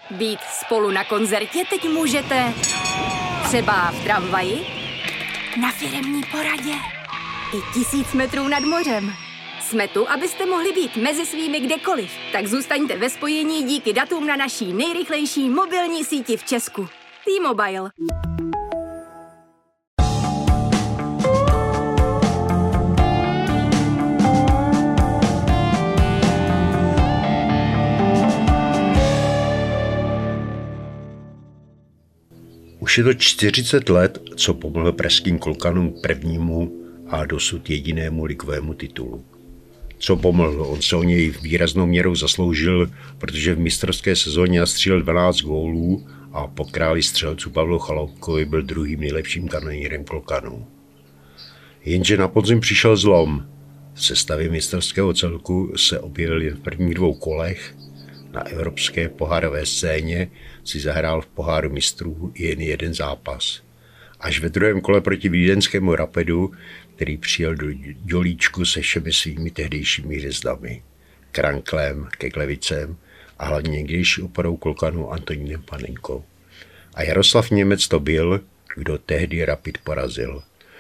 Být spolu na koncertě teď můžete třeba v tramvaji, na firemní poradě i 1000 metrů nad mořem. Jsme tu, abyste mohli být mezi svými kdekoliv. Tak zůstaňte ve spojení díky datům na naší nejrychlejší mobilní síti v Česku. T-Mobile. Už je to 40 let, co pomohl pražským Klokanům prvnímu a dosud jedinému ligovému titulu. Co pomohl, on se o něj výraznou měrou zasloužil, protože v mistrovské sezóně nastřílel 12 gólů a po králi střelců Pavlu Chaloupkovi byl druhým nejlepším kanonýrem Klokanů. Jenže na podzim přišel zlom. V sestavě mistrovského celku se objevil jen v prvních 2 kolech. Na evropské pohárové scéně si zahrál v poháru mistrů jen jeden zápas. Až ve druhém kole proti vídeňskému Rapidu, který přijel do Dělíčku se všemi svými tehdejšími hvězdami. Kranklem, Keglevicem a hlavně někdejší oporou Klokanů Antonínem Panenkou. A Jaroslav Němec to byl, kdo tehdy Rapid porazil.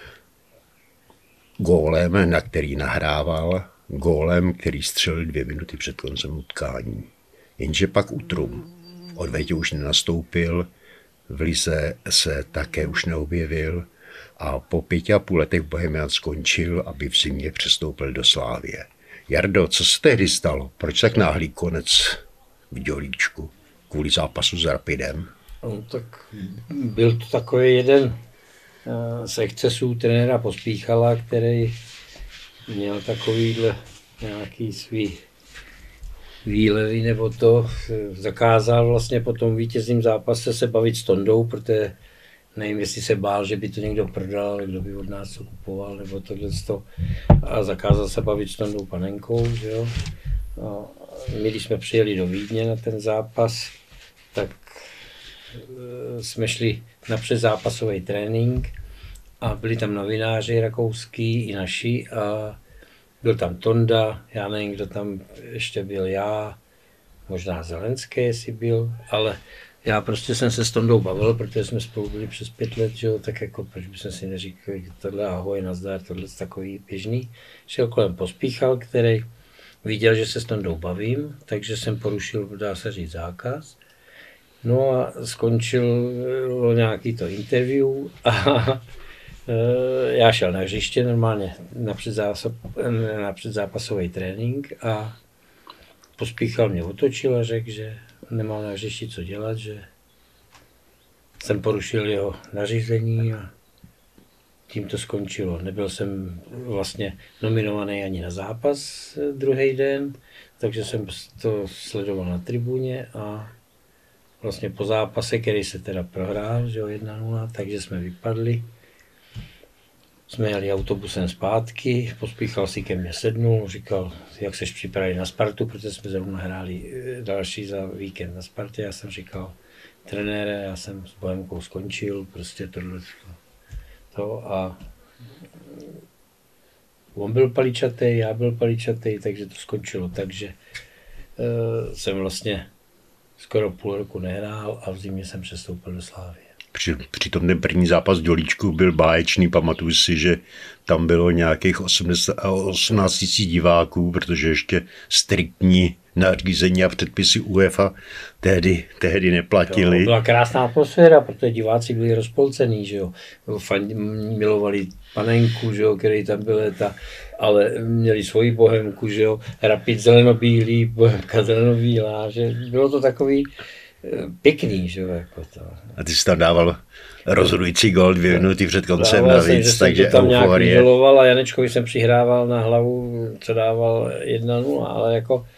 Gólem, na který nahrával, gólem, který střelil 2 minuty před koncem utkání. Jenže pak utrum. V odvetě už nenastoupil, v lize se také už neobjevil a po 5,5 letech Bohemian skončil, aby v zimě přestoupil do Slávie. Jardo, co se tehdy stalo? Proč tak náhlý konec v Dělíčku? Kvůli zápasu s Rapidem? No, tak byl to takový jeden z excesů trenéra Pospíchala, který měl takovýhle nějaký svý výlevy nebo to, zakázal vlastně po tom vítězném zápase se bavit s Tondou, protože nevím, jestli se bál, že by to někdo prodal, kdo by od nás to kupoval, nebo tohleto. A zakázal se bavit s Tondou Panenkou, že jo. No, my, když jsme přijeli do Vídně na ten zápas, tak jsme šli na předzápasový trénink a byli tam novináři rakouský i naši a byl tam Tonda, já nevím, kdo tam ještě byl, já, možná Zelenský, jestli byl, ale já prostě jsem se s Tondou bavil, protože jsme spolu byli přes 5 let, že jo, tak jako proč bychom si neříkali, tohle ahoj, nazdar, tohle je takový běžný. Šel kolem Pospíchal, který viděl, že se s Tondou bavím, takže jsem porušil, dá se říct, zákaz. No a skončilo nějaký to interview a já šel na hřiště normálně na předzápasový trénink a Pospíchal mě otočil a řekl, že nemám na hřišti co dělat, že jsem porušil jeho nařízení a tím to skončilo. Nebyl jsem vlastně nominovaný ani na zápas druhý den, takže jsem to sledoval na tribuně a vlastně po zápase, který se teda prohrál, že 1-0, takže jsme vypadli. Jsme jeli autobusem zpátky, Pospíchal si ke mně sednul, říkal, jak seš připravený na Spartu, protože jsme zrovna hráli další za víkend na Spartě. Já jsem říkal, trenére, já jsem s Bohemkou skončil, prostě tohle. To a on byl paličatý, já byl paličatý, takže to skončilo. Takže jsem vlastně skoro půl roku nehrál a v zimě jsem přestoupil do Slávie. Přitom ten první zápas v Dělíčku byl báječný, pamatuju si, že tam bylo nějakých 18 000 diváků, protože ještě striktní nařízení a předpisy UEFA tehdy neplatili. To byla krásná atmosféra, protože diváci byli rozpolcený, že jo. Milovali Panenku, že jo, který tam byl, ale měli svoji Bohemku, že jo. Rapid zelenobílý, Bohemka zelenobílá, že bylo to takový pěkný, že jo, jako to. A ty jsi tam dával rozhodující gól 2 minuty před koncem navíc, takže jsem tam nějak vyděloval a Janečkovi jsem přihrával na hlavu, co dával 1-0, ale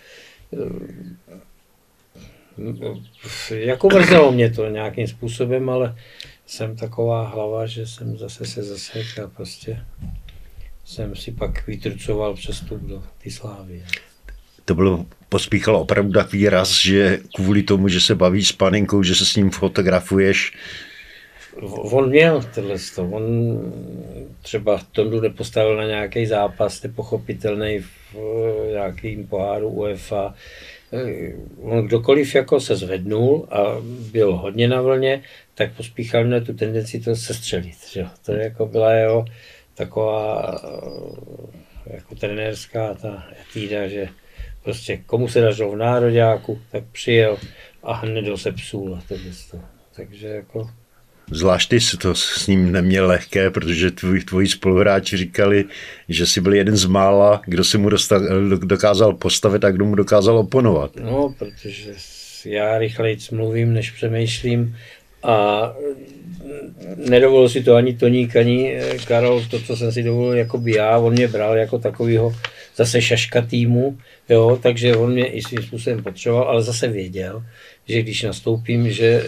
jako mrzelo mě to nějakým způsobem, ale jsem taková hlava, že jsem zase se zasek a prostě jsem si pak vytrucoval přestup do té Slávie. To bylo Pospíchal opravdu takový výraz, že kvůli tomu, že se baví s Panenkou, že se s ním fotografuješ. On měl tohleto, on třeba Tondu nepostavil na nějaký zápas nepochopitelný v nějakým poháru UEFA, on kdokoliv jako se zvednul a byl hodně na vlně, tak Pospíchal měl tu tendenci to sestřelit. Že? To jako byla jeho taková jako trenérská ta etída, že prostě komu se dařilo v nároďáku, tak přijel a hned ho sepsul a to. Takže jako... Zvlášť ty jsi to s ním neměl lehké, protože tvoji spoluhráči říkali, že jsi byl jeden z mála, kdo si mu dokázal postavit a kdo mu dokázal oponovat. No, protože já rychleji mluvím, než přemýšlím a nedovolil si to ani Toník, ani Karol, to, co jsem si dovolil jakoby já, on mě bral jako takovýho zase šaška týmu, jo, takže on mě i svým způsobem potřeboval, ale zase věděl, že když nastoupím, že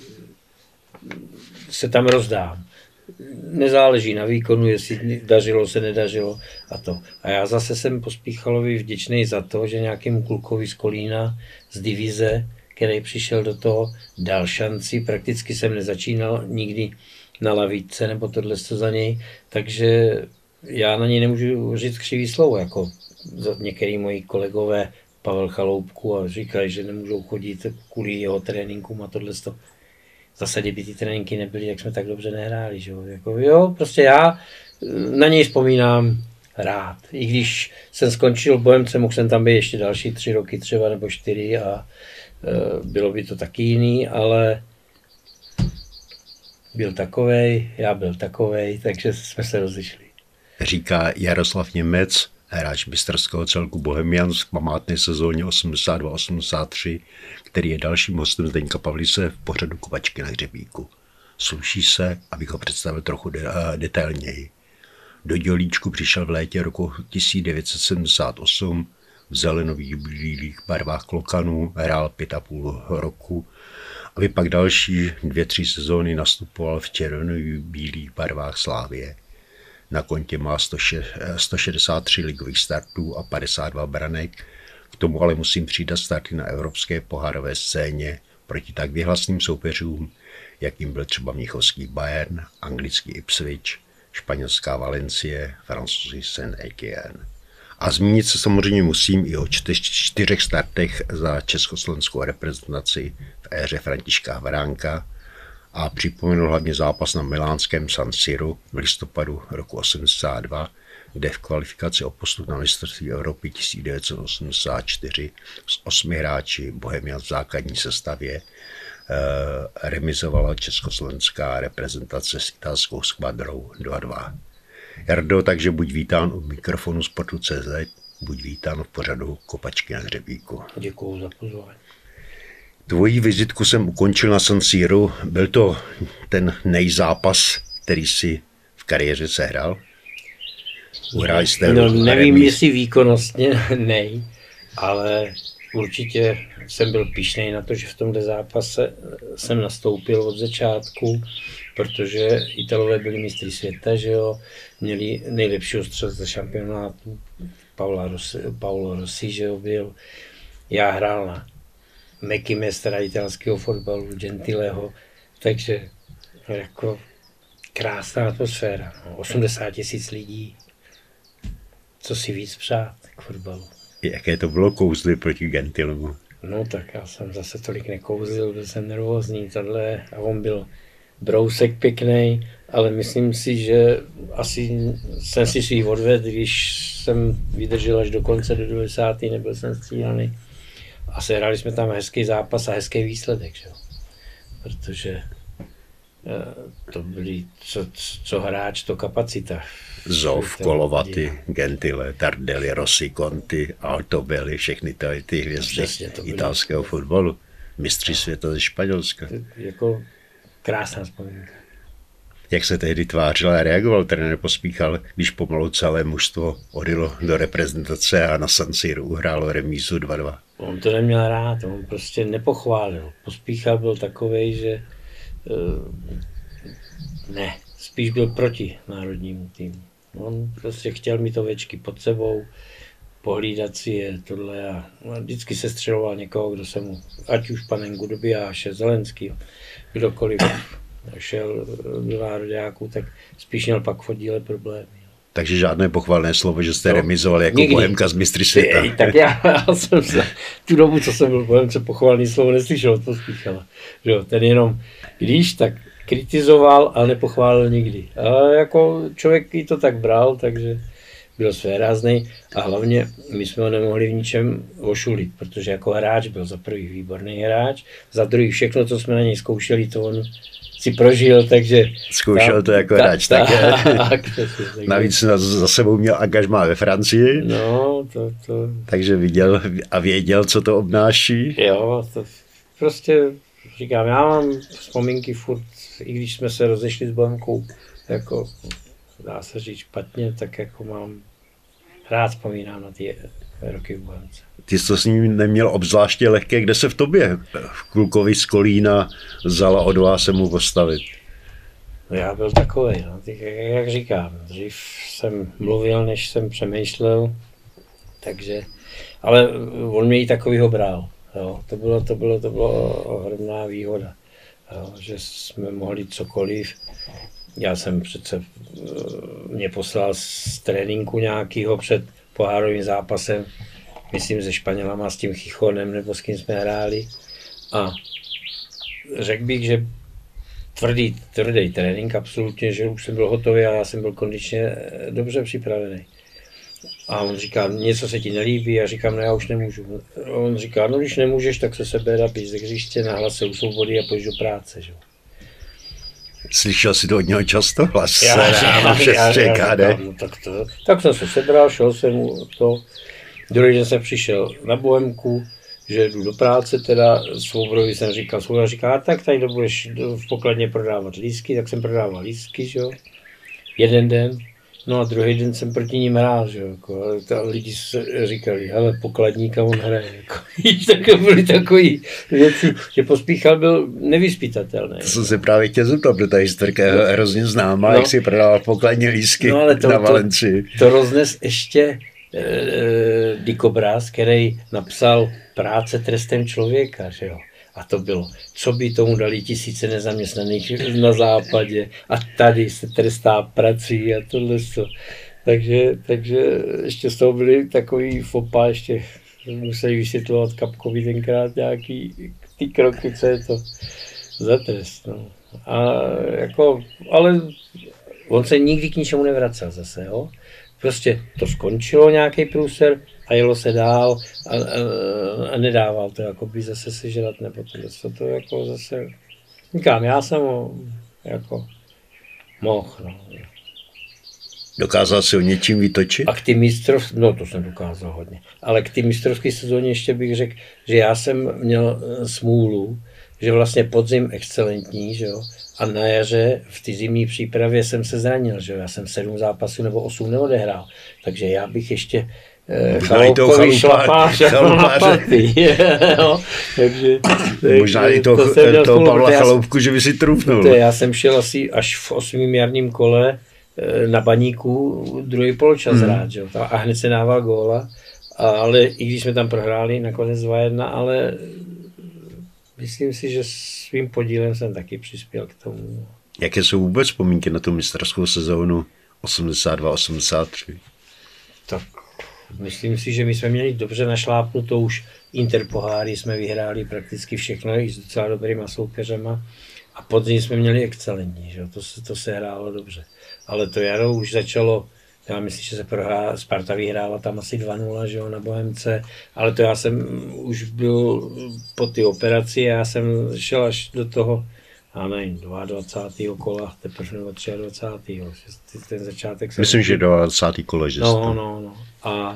se tam rozdám. Nezáleží na výkonu, jestli dařilo se, nedařilo a to. A já zase jsem Pospíchalovi vděčný za to, že nějakému klukovi z Kolína, z divize, který přišel do toho, dal šanci. Prakticky jsem nezačínal nikdy na lavice nebo tohle za něj, takže já na něj nemůžu říct křivý slovo, jako některý moji kolegové Pavel Chaloupku a říkají, že nemůžou chodit kvůli jeho tréninkům a tohle. Zase, kdyby ty tréninky nebyly, jak jsme tak dobře nehráli. Že? Jako, jo, prostě já na něj vzpomínám rád. I když jsem skončil v Bohemce, mohl jsem tam být ještě další 3 roky třeba nebo 4 a bylo by to taky jiný, ale byl takovej, já byl takovej, takže jsme se rozlišili. Říká Jaroslav Němec, hráč mistrovského celku Bohemians v památné sezóně 82-83, který je dalším hostem Zdeňka Pavlise v pořadu Kopačky na hřebíku. Sluší se, abych ho představil trochu detailněji. Do Dělíčku přišel v létě roku 1978, v zelenových bílých barvách Klokanů, hrál 5,5 roku, aby pak další 2-3 sezóny nastupoval v červených bílých barvách Slávie. Na kontě má 163 ligových startů a 52 branek. K tomu ale musím přidat starty na evropské pohárové scéně proti tak vyhlasným soupeřům, jakým byl třeba mnichovský Bayern, anglický Ipswich, španělská Valencie, francouzský Saint-Étienne. A zmínit se samozřejmě musím i o 4 startech za československou reprezentaci v éře Františka Havránka a připomenu hlavně zápas na milánském San Siru v listopadu roku 1982, kde v kvalifikaci o postup na mistrovství Evropy 1984 s 8 hráči Bohemia v základní sestavě remizovala československá reprezentace s italskou skvadrou 2-2. Jardo, takže buď vítán u mikrofonu Sportu.cz, buď vítán v pořadu Kopačky na hřebíku. Děkuju za pozvání. Tvoji vizitku jsem ukončil na San Siru. Byl to ten nejzápas, který si v kariéře sehrál? Nevím, jestli výkonnostně nej, ale určitě jsem byl pyšnej na to, že v tomto zápase jsem nastoupil od začátku, protože Italové byli mistry světa, že jo, měli nejlepšího střelce šampionátu, Paolo Rossi, že jo, byl. Já hrál na Meky mistra italského fotbalu, Gentileho, takže jako krásná atmosféra, 80 000 lidí, co si víc přát k fotbalu. Jaké to bylo kouzly proti Gentilemu? No tak já jsem zase tolik nekouzlil, byl jsem nervózní tohle a on byl brousek pěkný, ale myslím si, že asi jsem si svých odvedl, když jsem vydržel až do konce, do 90. nebyl jsem střílený. A sehráli jsme tam hezký zápas a hezký výsledek, že? Protože to byly co hráč, to kapacita. Zov, Kolovaty, Gentile, Tardelli, Rossi, Conti, Altobelli, všechny ty hvězdy italského fotbalu. Mistři světa ze Španělska. Jako krásná vzpomínka. Jak se tehdy tvářil a reagoval trenér Pospíchal, když pomalu celé mužstvo odjelo do reprezentace a na San Siru uhrálo remízu 2-2? On to neměl rád, on prostě nepochválil. Pospíchal byl takovej, že ne, spíš byl proti národnímu týmu. On prostě chtěl mít ovečky pod sebou, pohlídat si je tohle a vždycky se střeloval někoho, kdo se mu, ať už Panenku Dobijáše, Zelenský, kdokoliv šel do nároďáků, tak spíš měl pak v oddíle problémy. Takže žádné pochvalné slovo, že jste remizovali jako Bohemka z mistry světa. Tak já jsem se tu dobu, co jsem byl v Bohemce, pochvalný slovo neslyšel od Pospíchala. Ten jenom, když tak kritizoval, ale nepochválil nikdy. A jako člověk i to tak bral, takže byl svéráznej a hlavně my jsme ho nemohli v ničem ošulit, protože jako hráč byl za prvý výborný hráč, za druhý všechno, co jsme na něj zkoušeli, to on si prožil, takže... Zkoušel to jako hráč také. Navíc za sebou měl angažmá ve Francii. No, to... Takže viděl a věděl, co to obnáší. Jo, to prostě říkám, já mám vzpomínky furt, i když jsme se rozešli s Bohemkou, jako dá se říct špatně, tak jako mám rád vzpomínám na ty roky v Bohemce. Ty jsi to s ním neměl obzvláště lehké, kde se v tobě v klukovi z Kolína vzala odvaha se mu postavit? No já byl takovej, no, jak říkám, dřív jsem mluvil, než jsem přemýšlel, takže, ale on mě i takovýho bral, jo, to bylo ohromná výhoda, jo, že jsme mohli cokoliv. Já jsem přece, mě poslal z tréninku nějakýho před pohárovým zápasem, myslím se Španělama, s tím Chichonem, nebo s kým jsme hráli. A řekl bych, že tvrdý trénink, absolutně, že už jsem byl hotový a já jsem byl kondičně dobře připravený. A on říká, něco se ti nelíbí, a říkám, no já už nemůžu. On říká, no když nemůžeš, tak se sebe běž ze hřiště, nahlas se u svobody a pojď do práce. Že? Slyšel jsi to od něho často? Hlas tak jsem se sebral, šel jsem to. Druhý den jsem přišel na Bohemku, že jdu do práce, teda Svobodovi jsem říkal, Svoboda říká, tak tady budeš v pokladně prodávat lístky, tak jsem prodával lístky, že jo, jeden den. No a druhý den jsem proti ním hrál, že jo, jako, ale lidi říkali, hele, pokladníka on hraje, jako, tak byly takový věci, že Pospíchal byl nevyzpytatelný. To jsem se právě chtěl zeptat, protože ta historka je hrozně známá, no, jak si prodával pokladní lístky na Valencii. To roznes ještě Dikobraz, který napsal Práce trestem člověka, že jo. A to bylo, co by tomu dali tisíce nezaměstnaných na západě a tady se trestá prací a tohle. Takže ještě z toho byly takový fopa, ještě museli vysvětlovat Kapkovi tenkrát nějaký ty kroky, co je to za trest. No. A jako, ale on se nikdy k ničemu nevracel zase, jo. Prostě to skončilo nějaký průser a jelo se dál a nedával to jakoby zase sežrat nebo to jako zase, říkám, já jsem ho jako mohl, no. Dokázal si ho něčím vytočit? A k ty mistrovství, no to jsem dokázal hodně, ale k ty mistrovské sezóně ještě bych řekl, že já jsem měl smůlu, že vlastně podzim excelentní, že jo, a na jaře v té zimní přípravě jsem se zranil, že jo, já jsem 7 zápasů nebo 8 neodehrál, takže já bych ještě Chaloupovi šlapáře na paty. Takže možná i to Pavla Chaloupku, že by si trůfnul. Já jsem šel asi až v 8. jarním kole na Baníku druhý poločas hrát, že jo, a hned se dával góla, ale i když jsme tam prohráli nakonec 2-1, ale myslím si, že svým podílem jsem taky přispěl k tomu. Jaké jsou vůbec vzpomínky na tu mistrovskou sezónu 82-83? Tak myslím si, že my jsme měli dobře našlápnuto, už Interpoháry jsme vyhráli prakticky všechno i s docela dobrýma soupeřema a podzim jsme měli excelentní, že? To se hrálo dobře. Ale to jaro už začalo, já myslím, že se Sparta vyhrála tam asi 2-0, že jo, na Bohemce, ale to já jsem už byl po ty operaci, já jsem šel až do toho, já nevím, 22. kola, teprve 23. Ten začátek. Myslím, že 20. kolo, že No. A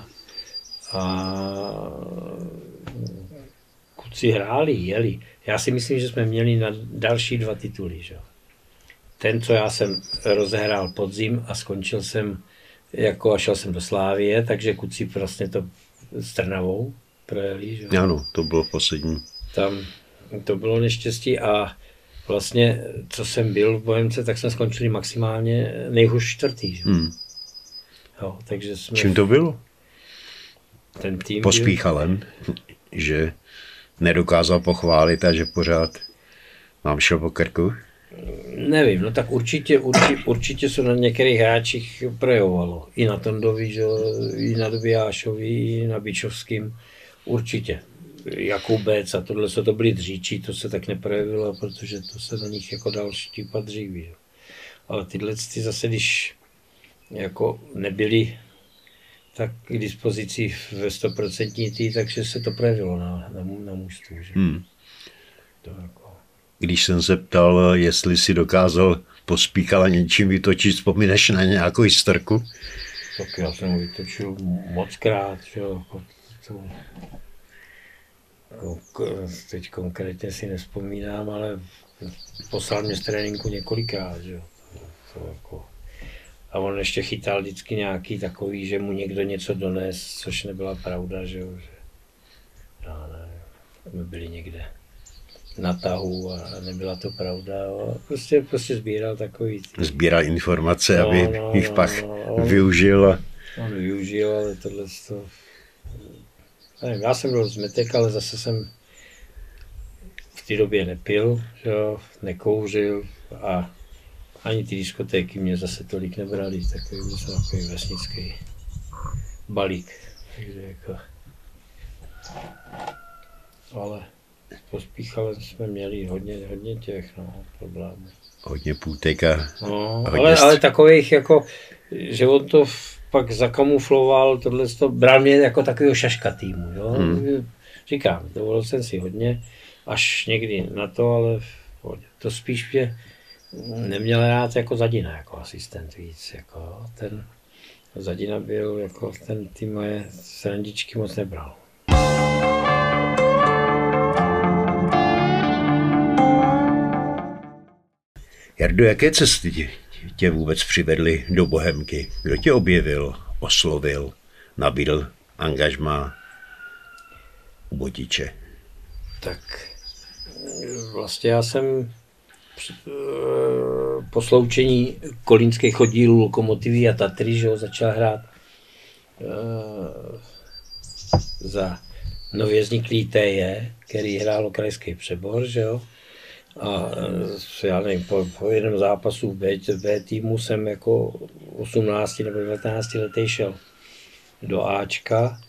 kluci hráli, jeli. Já si myslím, že jsme měli na další 2 tituly, že jo. Ten, co já jsem rozehrál podzim a skončil jsem jako a šel jsem do Slávie, takže kluci vlastně to s Trnavou projeli, že jo. Ano, to bylo poslední. Tam to bylo neštěstí a vlastně, co jsem byl v Bohemce, tak jsme skončili maximálně nejhůř 4. Že? Jo, takže jsme... Čím to bylo? Ten tým Pospíchalem, že nedokázal pochválit a že pořád vám šel po krku? Nevím, no tak určitě se na některých hráčích projevovalo. I na Tondovi, že? I na Dobijášovi, i na Bičovským. Určitě. Jakubec a tohle to byly dříčí, to se tak neprojevilo, protože to se na nich jako dal štípat dříví. Že? Ale tyhle zase, když jako nebyly tak k dispozici ve 100% takže se to projevilo na mužstvu. Že? To jako... Když jsem se ptal, jestli si dokázal Pospíchala něčím vytočit, vzpomínáš na nějakou historku? Tak já jsem ho vytočil mockrát, že jo. Teď konkrétně si nespomínám, ale poslal mě z tréninku několikrát, že jo. A on ještě chytal vždycky nějaký takový, že mu někdo něco dones, což nebyla pravda, že jo. My byli někde na tahu a nebyla to pravda. Prostě sbíral takový... Sbíral informace, aby jich pak využil. On využil, ale tohle to... Nevím, já jsem byl zmetek, ale zase jsem v té době nepil, že jo, nekouřil a ani ty diskotéky mě zase tolik nebrali, takový vesnický balík. Takže jako... Ale s Pospíchalem jsme měli hodně těch problémů. Hodně půtek a ale takových jako, že on to pak zakamufloval, tohleto, bral mě jako takového šaškatýmu, jo. Říkám, dovolil jsem si hodně, až někdy na to, ale to spíš mě neměl rád jako Zadina, jako asistent víc, jako ten Zadina byl, jako ten ty moje srandičky moc nebral. Jardo, jaké cesty tě vůbec přivedly do Bohemky? Kdo tě objevil, oslovil, nabídl angažmá u Botiče? Tak vlastně já jsem po sloučení kolínských oddílů Lokomotivy a Tatry, že ho začal hrát za nově vzniklý TJ, který hrál krajský přebor, že jo. A já nevím, po jednom zápasu v B týmu jsem jako 18 nebo 19 letý šel do Ačka,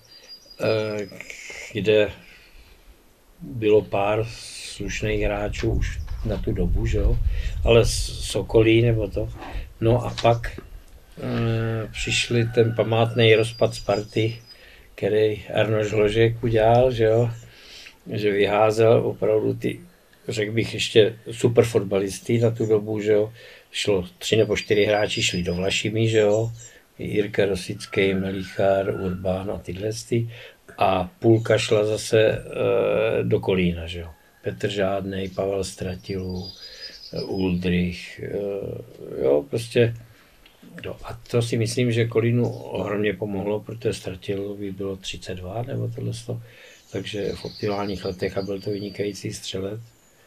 kde bylo pár slušných hráčů už na tu dobu, že jo? Ale Sokolí nebo to. No a pak přišli ten památný rozpad Sparty, který Arnoš Hložek udělal, že jo? Že vyházel opravdu ty, řekl bych, ještě super fotbalisty na tu dobu, že jo. Šlo 3 nebo 4 hráči šli do Vlašimi, že jo. Jirka Rosický, Melichár, Urbán a tyhle. A půlka šla zase do Kolína, že jo. Petr Žádnej, Pavel Stratilů, Uldrich, jo, prostě. No, a to si myslím, že Kolínu ohromně pomohlo, protože Stratilovi bylo 32 nebo tohle. Takže v optimálních letech a byl to vynikající střelec.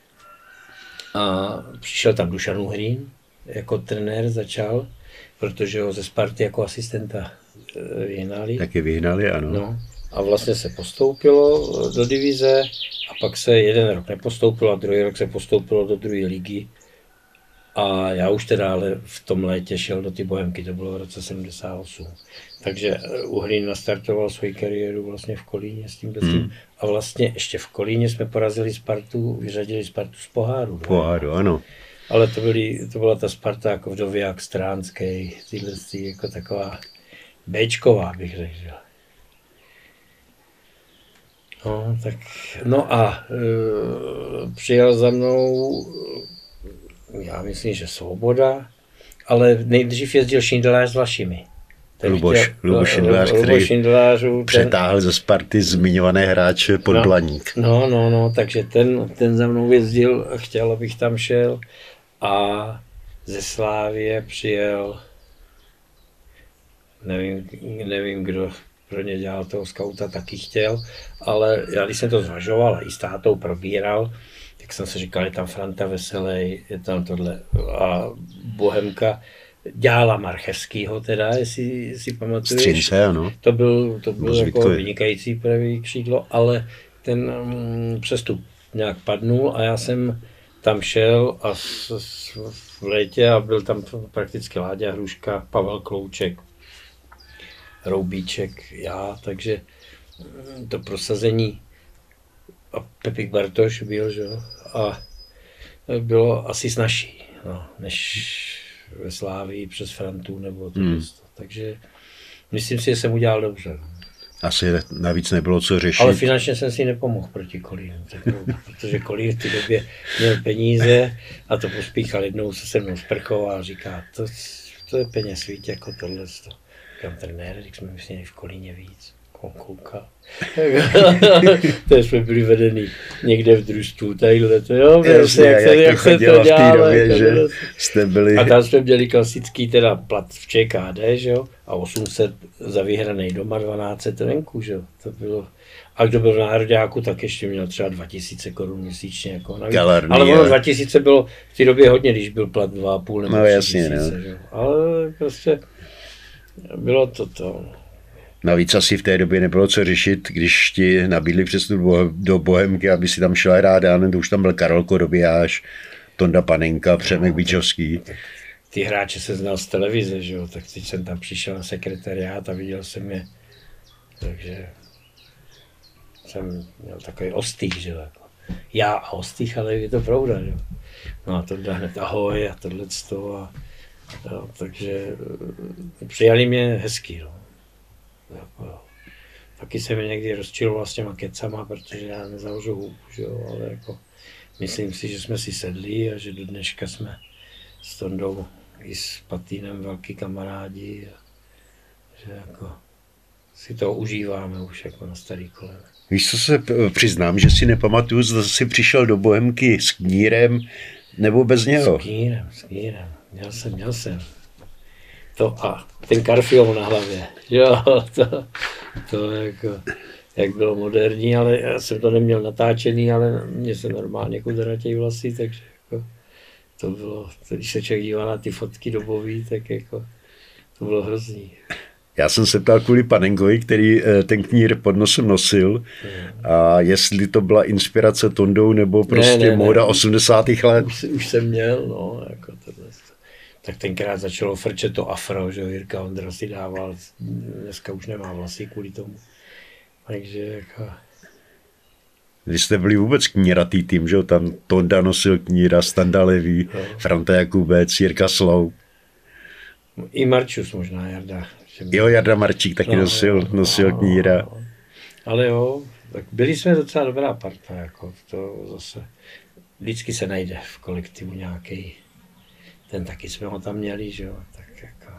A přišel tam Dušan Uhrín, jako trenér začal, protože ho ze Sparty jako asistenta vyhnali. Taky vyhnali, ano. No, a vlastně se postoupilo do divize a pak se jeden rok nepostoupilo a druhý rok se postoupilo do druhé ligy. A já už teda ale v tom létě šel do ty Bohemky, to bylo v roce 78. Takže Uhrín nastartoval svoji kariéru vlastně v Kolíně s tím. A vlastně ještě v Kolíně jsme porazili Spartu, vyřadili Spartu z poháru. Poháru, ano. Ale to byla ta Sparta jako Vdovějak, Stránský, tyhle jako taková béčková, bych řekl. No, tak, no a přijel za mnou, já myslím, že Svoboda, ale nejdřív jezdil Šindelář s Vlašimi. Luboš Šindelář, který přetáhl ze Sparty zmiňované hráče Podlaník. No, takže ten za mnou jezdil, chtěl, abych tam šel a ze Slávie přijel, nevím, kdo pro ně dělal toho skauta, taky chtěl, ale já když jsem to zvažoval a i s tátou probíral, tak jsem si říkal, je tam Franta Veselej, je tam tohle a Bohemka dělala Marchevskýho teda, jestli si pamatuješ. Střince, ano. To byl jako vynikající pravý křídlo, ale ten přestup nějak padnul a já jsem tam šel a v létě a byl tam prakticky Láďa Hruška, Pavel Klouček, Roubíček, já, takže to prosazení a Pepik Bartoš byl, že? A bylo asi snazší, no, než ve Slávii přes Frantu nebo to. Takže myslím si, že jsem udělal dobře. Asi navíc nebylo co řešit. Ale finančně jsem si nepomohl proti Kolínu, protože Kolín v té době měl peníze a to Pospíchal jednou se mnou sprchoval a říká, to je peněz víc jako tohle. Říkám, trenér, když jsme měli v Kolíně víc. On koukal. To jsme byli vedený někde v družstvu, tadyhle to, jo, jasně, jak se to dělalo. Že jste byli... A tam jsme měli klasický teda plat v ČKD, že jo, a 800 za vyhranej doma, 1200 venku, že jo, to bylo. A kdo byl v nároďáku, tak ještě měl třeba 2000 korun měsíčně, jako navíc. Galerný, ale ono 2000 bylo v té době hodně, když byl plat 2,5 nebo 3 jasně, tisíce, že jo. Ale prostě bylo to. Navíc asi v té době nebylo co řešit, když ti nabídli přestup do Bohemky, aby si tam šel hrát, to už tam byl Karol Kodobiáš, Tonda Panenka, Přemek Bičovský. Ty hráče se znal z televize, že jo, tak teď jsem tam přišel na sekretariát a viděl jsem je, takže jsem měl takový ostých, že jo. Já a ostých, ale je to pravda, že jo. No a tohle hned ahoj a tohleto a jo, takže přijali mě hezky, no. Taky se mi někdy rozčiloval s těma kecama, protože já nezavřu hůb, že jo, ale jako myslím si, že jsme si sedli a že do dneška jsme s Tondou i s Patínem velký kamarádi a že jako si to užíváme už jako na starý kolena. Víš, co se přiznám, že si nepamatuju, zda jsi přišel do Bohemky s Knírem nebo bez něho. S Knírem, měl jsem. To a ten karfiol na hlavě, jo, to jako, jak bylo moderní, ale já jsem to neměl natáčený, ale mě se normálně kudratěj vlasy, takže jako, to bylo, když se člověk díval na ty fotky dobový, tak jako, to bylo hrozný. Já jsem se ptal kvůli Panenkovi, který ten Knír pod nosem nosil, a jestli to byla inspirace Tondou nebo prostě móda 80. let. Už jsem měl, no, jako tohle. Tak tenkrát začalo frčet to afro, že Jirka Ondra si dával, dneska už nemá vlasy kvůli tomu. Takže jako... Vy jste byli vůbec kníratý tým, že jo? Tam Tonda nosil Kníra, Standa Levý, Franta Jakubec, Jirka Sloup. I Marčus možná, Jarda. Jo, Jarda Marčík taky nosil Kníra. Ale jo, tak byli jsme docela dobrá parta, jako to zase vždycky se najde v kolektivu nějaký. Ten taky jsme ho tam měli, že jo, tak jako...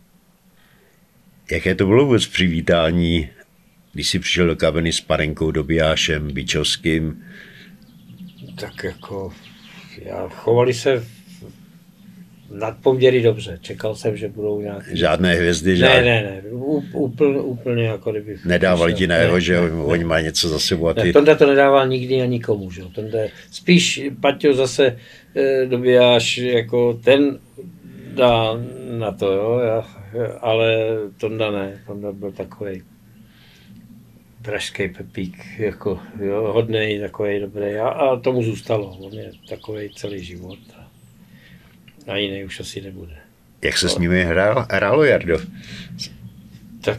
Jaké to bylo vůbec přivítání, když jsi přišel do kabiny s Panenkou, Dobijášem, Bičovským? Tak jako, chovali se nadpoměry dobře, čekal jsem, že budou nějaký... Žádné hvězdy, Ne, úplně jako kdyby... Nedávali ti najevo, že oni mají něco za sebou a ty... Tonda to nedával nikdy a nikomu, že jo. Spíš Paťo zase Dobijáš, jako ten dá na to, jo, ale Tonda ne, Tonda byl takovej pražský Pepík, jako jo, hodnej, takovej dobrý a tomu zůstalo, on je takovej celý život a jiný už asi nebude. Jak se s nimi hrálo, Jardo? Tak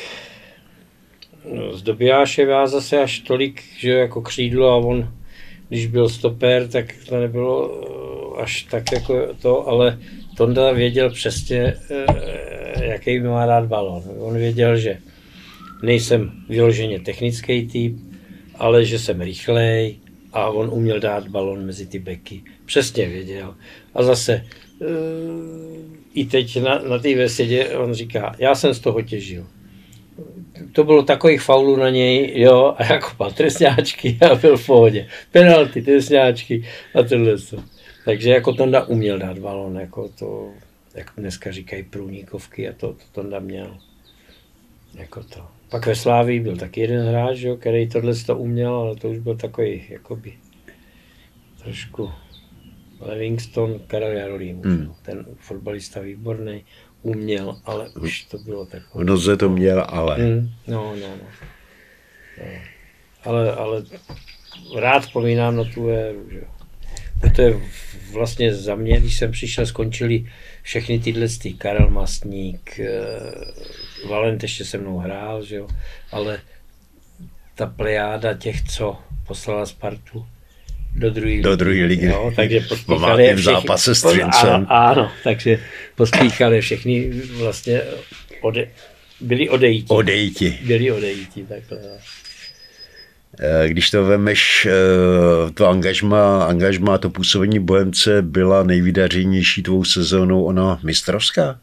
no, s Dobijášem já zase až tolik, že jako křídlo a on, když byl stoper, tak to nebylo až tak jako to, ale Tonda věděl přesně, jaký má rád balón. On věděl, že nejsem vyloženě technický typ, ale že jsem rychlej a on uměl dát balón mezi ty beky. Přesně věděl. A zase i teď na té besedě on říká, já jsem z toho těžil. To bylo takových faulů na něj, jo, a jako má trestňáčky a byl v pohodě. Penalty, trestňáčky a tohle. Takže jako Tonda uměl dát balón, jako to, jak dneska říkají průníkovky a to Tonda měl. Jako to. Pak ve Slávii byl taky jeden hráč, jo, který tohle to uměl, ale to už byl takový, jakoby, trošku Livingston, Karel Jarolím. Ten fotbalista výborný, uměl, ale už to bylo takové. V noze to měl, ale. No. Ale rád vzpomínám na tu éru, že jo. to je vlastně za mě, když jsem přišel, skončili všechny tyhle Karel Mastník, Valent ještě se mnou hrál, že jo, ale ta plejáda těch, co poslala Spartu do druhé ligy. Jo, takže pospíchali je všichni. Zápase s Třincem. Ano, takže pospíchali všechny vlastně byli odejiti. Byli odejiti, takhle. Když to vemeš, to angažmá, to působení Bohemce byla nejvydařenější tvou sezónou ona mistrovská?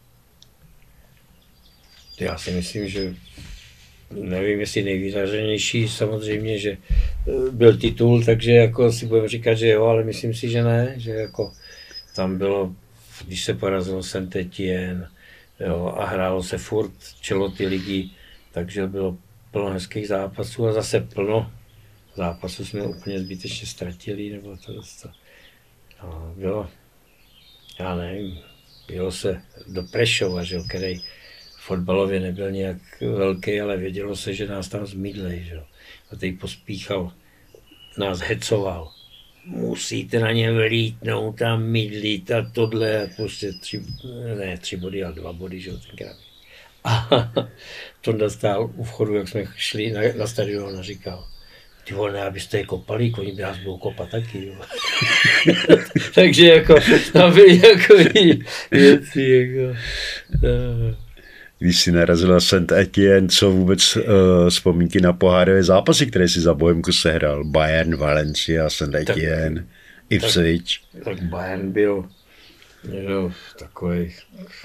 Já si myslím, že nevím, jestli nejvydařenější, samozřejmě, že byl titul, takže jako si budeme říkat, že jo, ale myslím si, že ne, že jako tam bylo, když se porazilo Saint-Étienne, jo, a hrálo se furt čelo ty ligy, takže bylo plno hezkých zápasů a zase plno zápasů jsme úplně zbytečně ztratili, nebo to no, bylo, já nevím, bylo se do Prešova, že jo, který fotbalově nebyl nějak velký, ale vědělo se, že nás tam zmydlej, že jo. A teď pospíchal, nás hecoval. Musíte na ně vlítnout a mydlit a tohle, a prostě 3 body, ale 2 body, že jo, tenkrát. A Tonda stál u vchodu, jak jsme šli na stadion a říkal, ty vole, abyste je kopali, oni by nás budou kopat taky, jo. Takže jako, tam byly jako věci, jako. Když jsi narazil na Saint-Étienne, co vůbec vzpomínky na pohárové zápasy, které si za Bohemku sehrál? Bayern, Valencia, Saint-Étienne, Ipswich. Tak Bayern byl takový,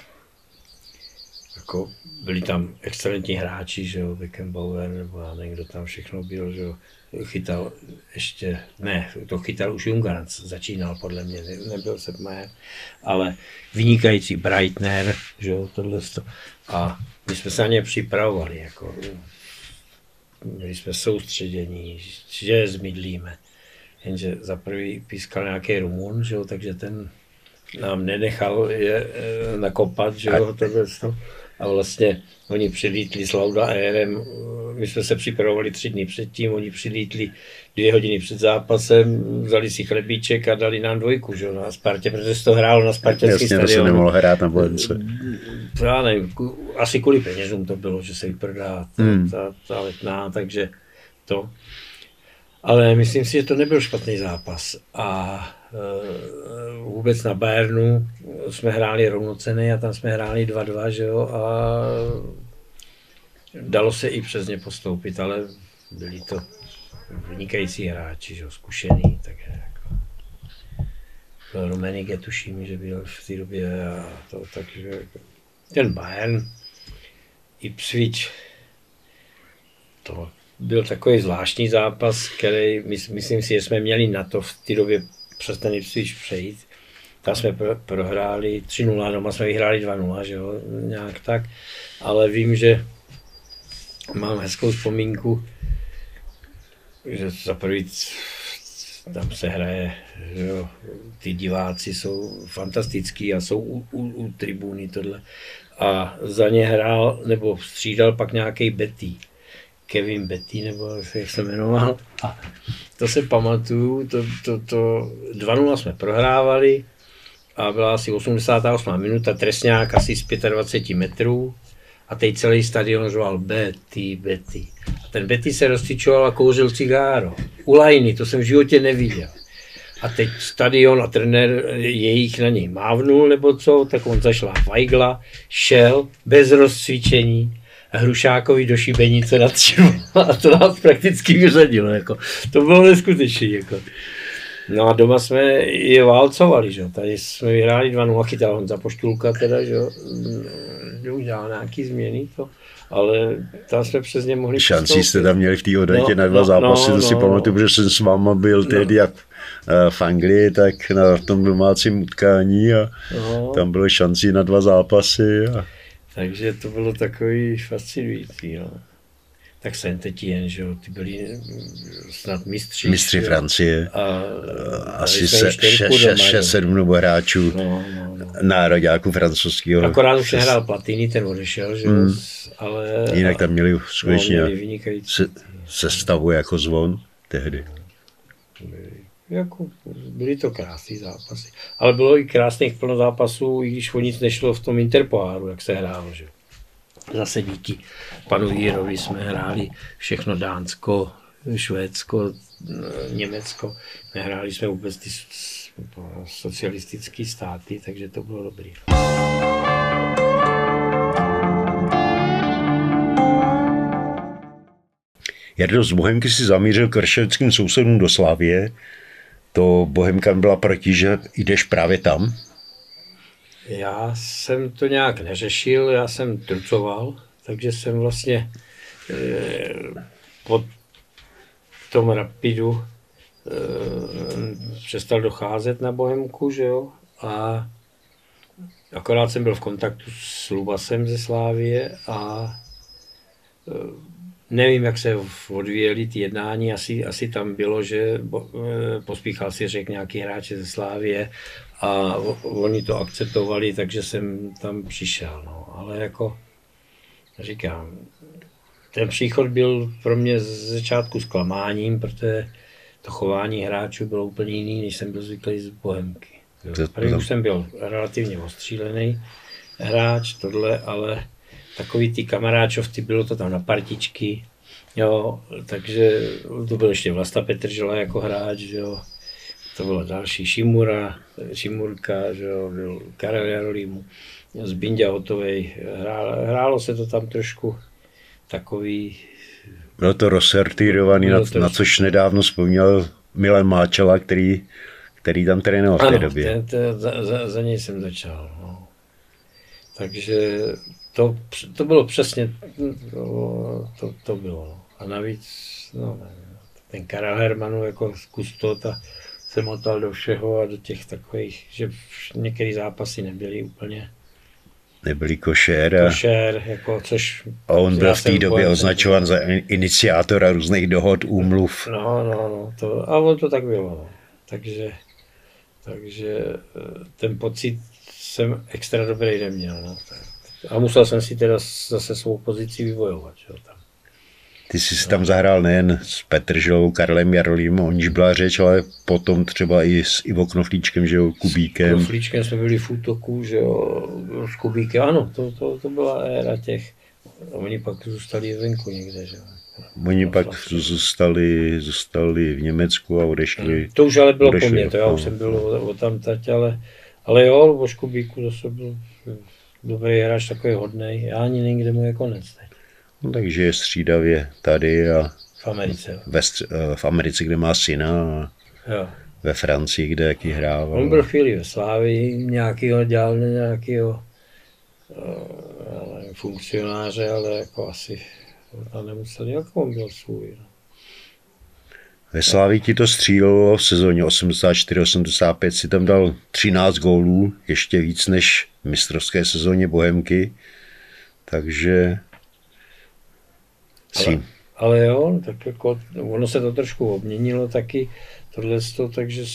jako byli tam excelentní hráči, že jo, Beckenbauer, nebo já nevím, kdo tam všechno byl, že jo. Chytal ještě, ne, to chytal už Jungarc, začínal podle mě, nebyl Seppmeier, ale vynikající Breitner, že jo, tohle. A my jsme se na ně připravovali, jako, byli jsme soustředění, že zmydlíme. Jenže za prvý pískal nějaký Rumun, že jo, takže ten nám nenechal je nakopat, že jo, tohle. A vlastně oni přilítli s Lauda Airem, my jsme se připravovali 3 dny předtím, oni přilítli 2 hodiny před zápasem, vzali si chlebíček a dali nám 2, že na Spartě, protože se to hrálo na spartanský stadion. Jasně, to se nemohlo hrát na Bohemce. Já nevím, asi kvůli penězům to bylo, že se vyprodá ta Letná, takže to. Ale myslím si, že to nebyl špatný zápas. A vůbec na Bayernu jsme hráli rovnocenný a tam jsme hráli 2-2, že jo, a dalo se i přes ně postoupit, ale byli to vynikající hráči, že jo, zkušený, takže jako. Byl Rummenigge, tuším, že byl v té době a to, takže ten Bayern, Ipswich, to byl takový zvláštní zápas, který myslím si, že jsme měli na to v té době přes ten Ipswich přejít. Tam jsme prohráli 3-0, doma jsme vyhráli 2-0, že jo, nějak tak. Ale vím, že mám hezkou vzpomínku, že za prvý tam se hraje, že jo, ty diváci jsou fantastický a jsou u tribuny tohle. A za ně hrál, nebo střídal pak nějaký Betty. Kevin Betty, nebo jak se jmenoval. A to se pamatuju, to 2-0 jsme prohrávali a byla asi 88. minuta, trestňák asi z 25 metrů a teď celý stadion řval Betty, Betty. A ten Betty se rozcvičoval a kouřil cigáro. U lajny, to jsem v životě neviděl. A teď stadion a trenér jejich na něj mávnul nebo co, tak on zašla Weigla, šel bez rozcvičení Hrušákovi do šibenice na 3 a to nás prakticky vyřadilo. Jako. To bylo neskutečné. Jako. No a doma jsme je válcovali, že? Tady jsme vyhráli 2-0, chytal Honza Poštulka teda, že? Udělal nějaký změny, to, ale tam jsme přes ně mohli šancí postoupit. Jste tam měli v té odvetě na 2 zápasy, to si pamatuju, protože jsem s váma byl tehdy jak v Anglii, tak na tom domácím utkání a tam bylo šancí na 2 zápasy. A... Takže to bylo takový fascinující. No. Tak Saint-Étienne, že jo, ty byli snad mistři. Mistři Francie. Asi 6-7 nebo hráčů nároďáků francouzského. Akorát už nehrál Platini, ten odešel, že jo, ale... Jinak tam měli skutečně sestavu jako zvon tehdy. jako byly to krásné zápasy. Ale bylo i krásných plno zápasů, i když o nic nešlo v tom Interpoháru, jak se hrálo. Že? Zase díky panu Jírovi jsme hráli všechno Dánsko, Švédsko, Německo. Nehráli jsme vůbec ty socialistické státy, takže to bylo dobré. Jardo, z Bohemky si zamířil k vršovickým sousedům do Slavie. To Bohemka byla proti, že jdeš právě tam? Já jsem to nějak neřešil, já jsem trucoval, takže jsem vlastně po tom Rapidu přestal docházet na Bohemku, že jo, a akorát jsem byl v kontaktu s Lubasem ze Slávie a nevím, jak se odvíjely ty jednání, asi tam bylo, že Pospíchal si řekl nějaký hráče ze Slávie a oni to akceptovali, takže jsem tam přišel, no. Ale jako říkám, ten příchod byl pro mě z začátku zklamáním, protože to chování hráčů bylo úplně jiný, než jsem byl zvyklý z Bohemky. První už jsem byl relativně ostřílený hráč, tohle, ale takový ty kamaráčovci, bylo to tam na partičky, jo, takže to byl ještě Vlasta Petržela jako hráč, jo, to byla další Šimurka, že jo, byl Karel Jarolím, Zbinďa Hotovej, hrálo se to tam trošku takový... Bylo to rozsortírovaný, na což nedávno vzpomněl Milan Máčela, který tam trénoval v té době. Za něj jsem začal, no. Takže to bylo přesně, to bylo. A navíc, no, ten Karel Hermanů jako z Kustota se motal do všeho a do těch takových, že některé zápasy nebyly úplně. Nebyly košer. Jako, což... A on byl v té době označován za iniciátora různých dohod, úmluv. No, a on to tak bylo. No. Takže ten pocit jsem extra dobrý neměl. No. A musel jsem si teda zase svou pozici vyvojovat. Že, tam. Ty jsi si tam zahrál nejen s Petrželou, Karlem Jarolím, o níž byla řeč, ale potom třeba i s Ivo Knoflíčkem, že jo, Kubíkem. S Knoflíčkem jsme byli v útoku, že jo, s Kubíkem, ano, to byla éra těch. A oni pak zůstali venku někde, že jo. Oni pak zůstali v Německu a odešli. To už ale bylo po mně, to já už jsem byl o tamtať, ale jo, Luboš Kubíku zase byl dobrý hráč, takový hodnej. Já ani nevím, kde mu je konec teď. No, takže je střídavě tady a v Americe. V Americe, kde má syna a jo. Ve Francii, kde jaký hrával. On byl chvíli ve Slávii, nějakýho funkcionáře, ale jako asi nemusel, jak on byl svůj. No. Ve Slávii ti to střílelo v sezóně 84-85, si tam dal 13 gólů, ještě víc než v mistrovské sezóně Bohemky, takže... Ale jo, tak jako ono se to trošku obměnilo taky, tohleto, takže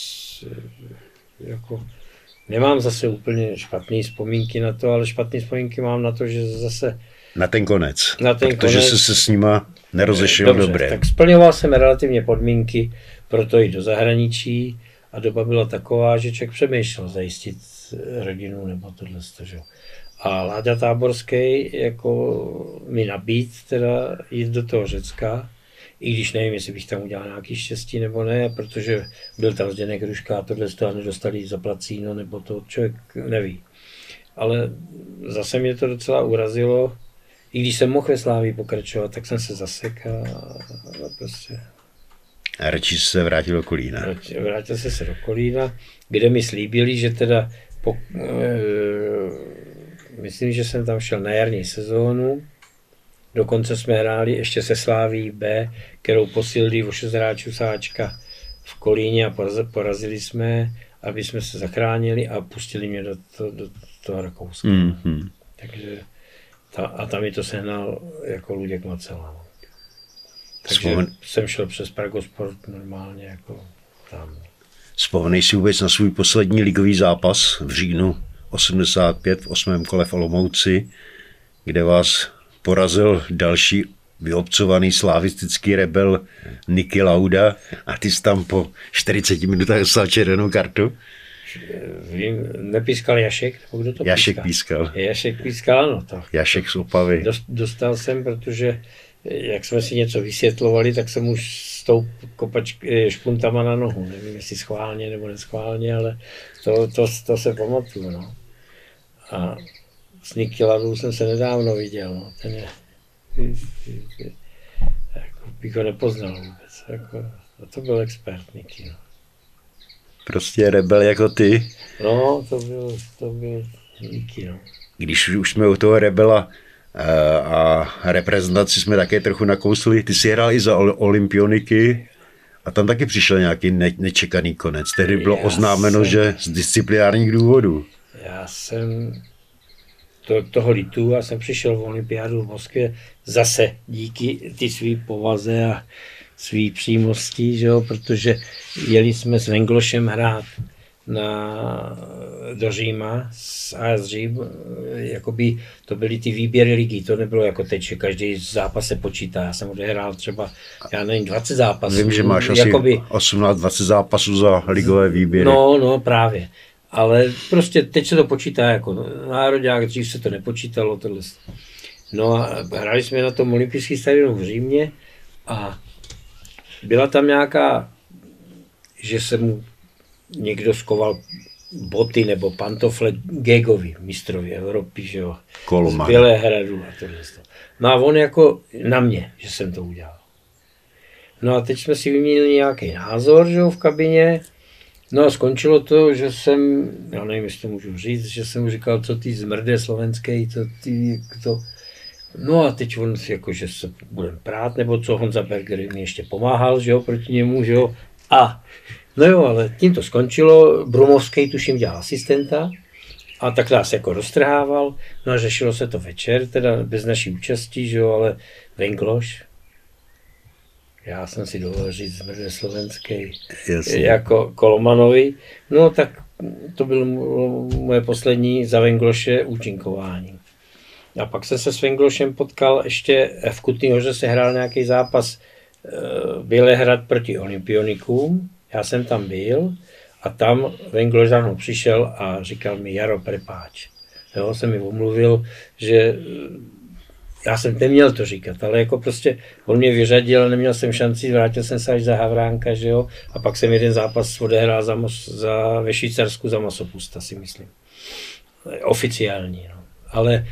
jako nemám zase úplně špatné vzpomínky na to, ale špatné vzpomínky mám na to, že zase... Na ten konec, protože jsi se s nima nerozešel dobře. Tak splňoval jsem relativně podmínky pro to jít do zahraničí a doba byla taková, že člověk přemýšlel zajistit rodinu nebo tohle. A Láďa Táborský jako mi nabít teda jít do toho Řecka, i když nevím, jestli bych tam udělal nějaký štěstí nebo ne, protože byl tam Zdeněk Hruška a tohle a nedostali zaplacíno, nebo to člověk neví. Ale zase mě to docela urazilo, i když jsem mohl ve Slávii pokračovat, tak jsem se zasek a prostě... A radši se vrátil do Kolína. Vrátil se do Kolína, kde mi slíbili, že teda myslím, že jsem tam šel na jarní sezónu. Dokonce jsme hráli ještě se Sláví B, kterou posílili o 6 hráčů sáčka v Kolíně a porazili jsme, aby jsme se zachránili a pustili mě do toho Rakouska. Mm-hmm. Takže tam mi to sehnal jako Luděk Macela. Takže jsem šel přes Pragosport normálně jako tam. Vzpomenej si vůbec na svůj poslední ligový zápas v říjnu 85 v 8. kole v Olomouci, kde vás porazil další vyobcovaný slavistický rebel Niki Lauda a ty jsi tam po 40 minutách dostal červenou kartu? Nepískal Jašek? Nebo kdo to Jašek pískal. Jašek pískal, ano. To. Jašek z Opavy. Dostal jsem, protože jak jsme si něco vysvětlovali, tak jsem už s tou špuntama na nohu. Nevím, jestli schválně nebo neschválně, ale to se pamatuju. No. A s Niki Laudou jsem se nedávno viděl. No. Ten je, jako bych ho nepoznal vůbec. Jako, a to byl expert Niki. No. Prostě rebel jako ty. No, to byl Niki. No. Když už jsme u toho rebela a reprezentaci jsme také trochu nakousli, ty jsi hrál i za Olympioniky a tam taky přišel nějaký nečekaný konec. Tehdy bylo oznámeno, že z disciplinárních důvodů. Já jsem toho litu, já jsem přišel v olympiádu v Moskvě zase díky ty svý povaze a svý přímosti, že jo, protože jeli jsme s Venglošem hrát do Říma s AS Řím, jakoby to byly ty výběry ligy, to nebylo jako teď, že každý zápas se počítá, já jsem odehrál třeba, já nevím, 20 zápasů. Vím, že máš asi 18-20 zápasů za ligové výběry. No, právě. Ale prostě teď se to počítá jako národák, dřív se to nepočítalo, tohle. No a hráli jsme na tom olympijském stadionu v Římě a byla tam nějaká, že se mu někdo skoval boty nebo pantofle Gegovi, mistrovi Evropy, že jo, z Bělehradu a tohle. No a on jako na mě, že jsem to udělal. No a teď jsme si vyměnili nějaký názor, že jo, v kabině. No a skončilo to, že jsem, já nevím, jestli to můžu říct, že jsem mu říkal, co ty zmrde slovenský, to. No a teď on si jako, že se budeme prát, nebo co, Honza Berger mi ještě pomáhal, že jo, proti němu, že jo. A no jo, ale tím to skončilo, Brumovský tuším dělal asistenta a tak nás jako roztrhával, no a řešilo se to večer, teda bez naší účastí, že jo, ale Vengloš, já jsem si dovolil říct zmrde slovenský, jako Kolomanovi, no tak to bylo moje poslední za Vengloše účinkování. A pak jsem se s Venglošem potkal ještě v Kutný Hoře, se hrál nějaký zápas Bělehrad proti Olympionikům, já jsem tam byl a tam Vengloš za mnou přišel a říkal mi, Jaro, prepáč. Jo, jsem mi omluvil, že já jsem neměl to říkat, ale jako prostě on mě vyřadil, neměl jsem šanci, vrátil jsem se až za Havránka, že jo, a pak jsem jeden zápas odehrál ve Švýcarsku za Masopusta, si myslím. Oficiální, no. Ale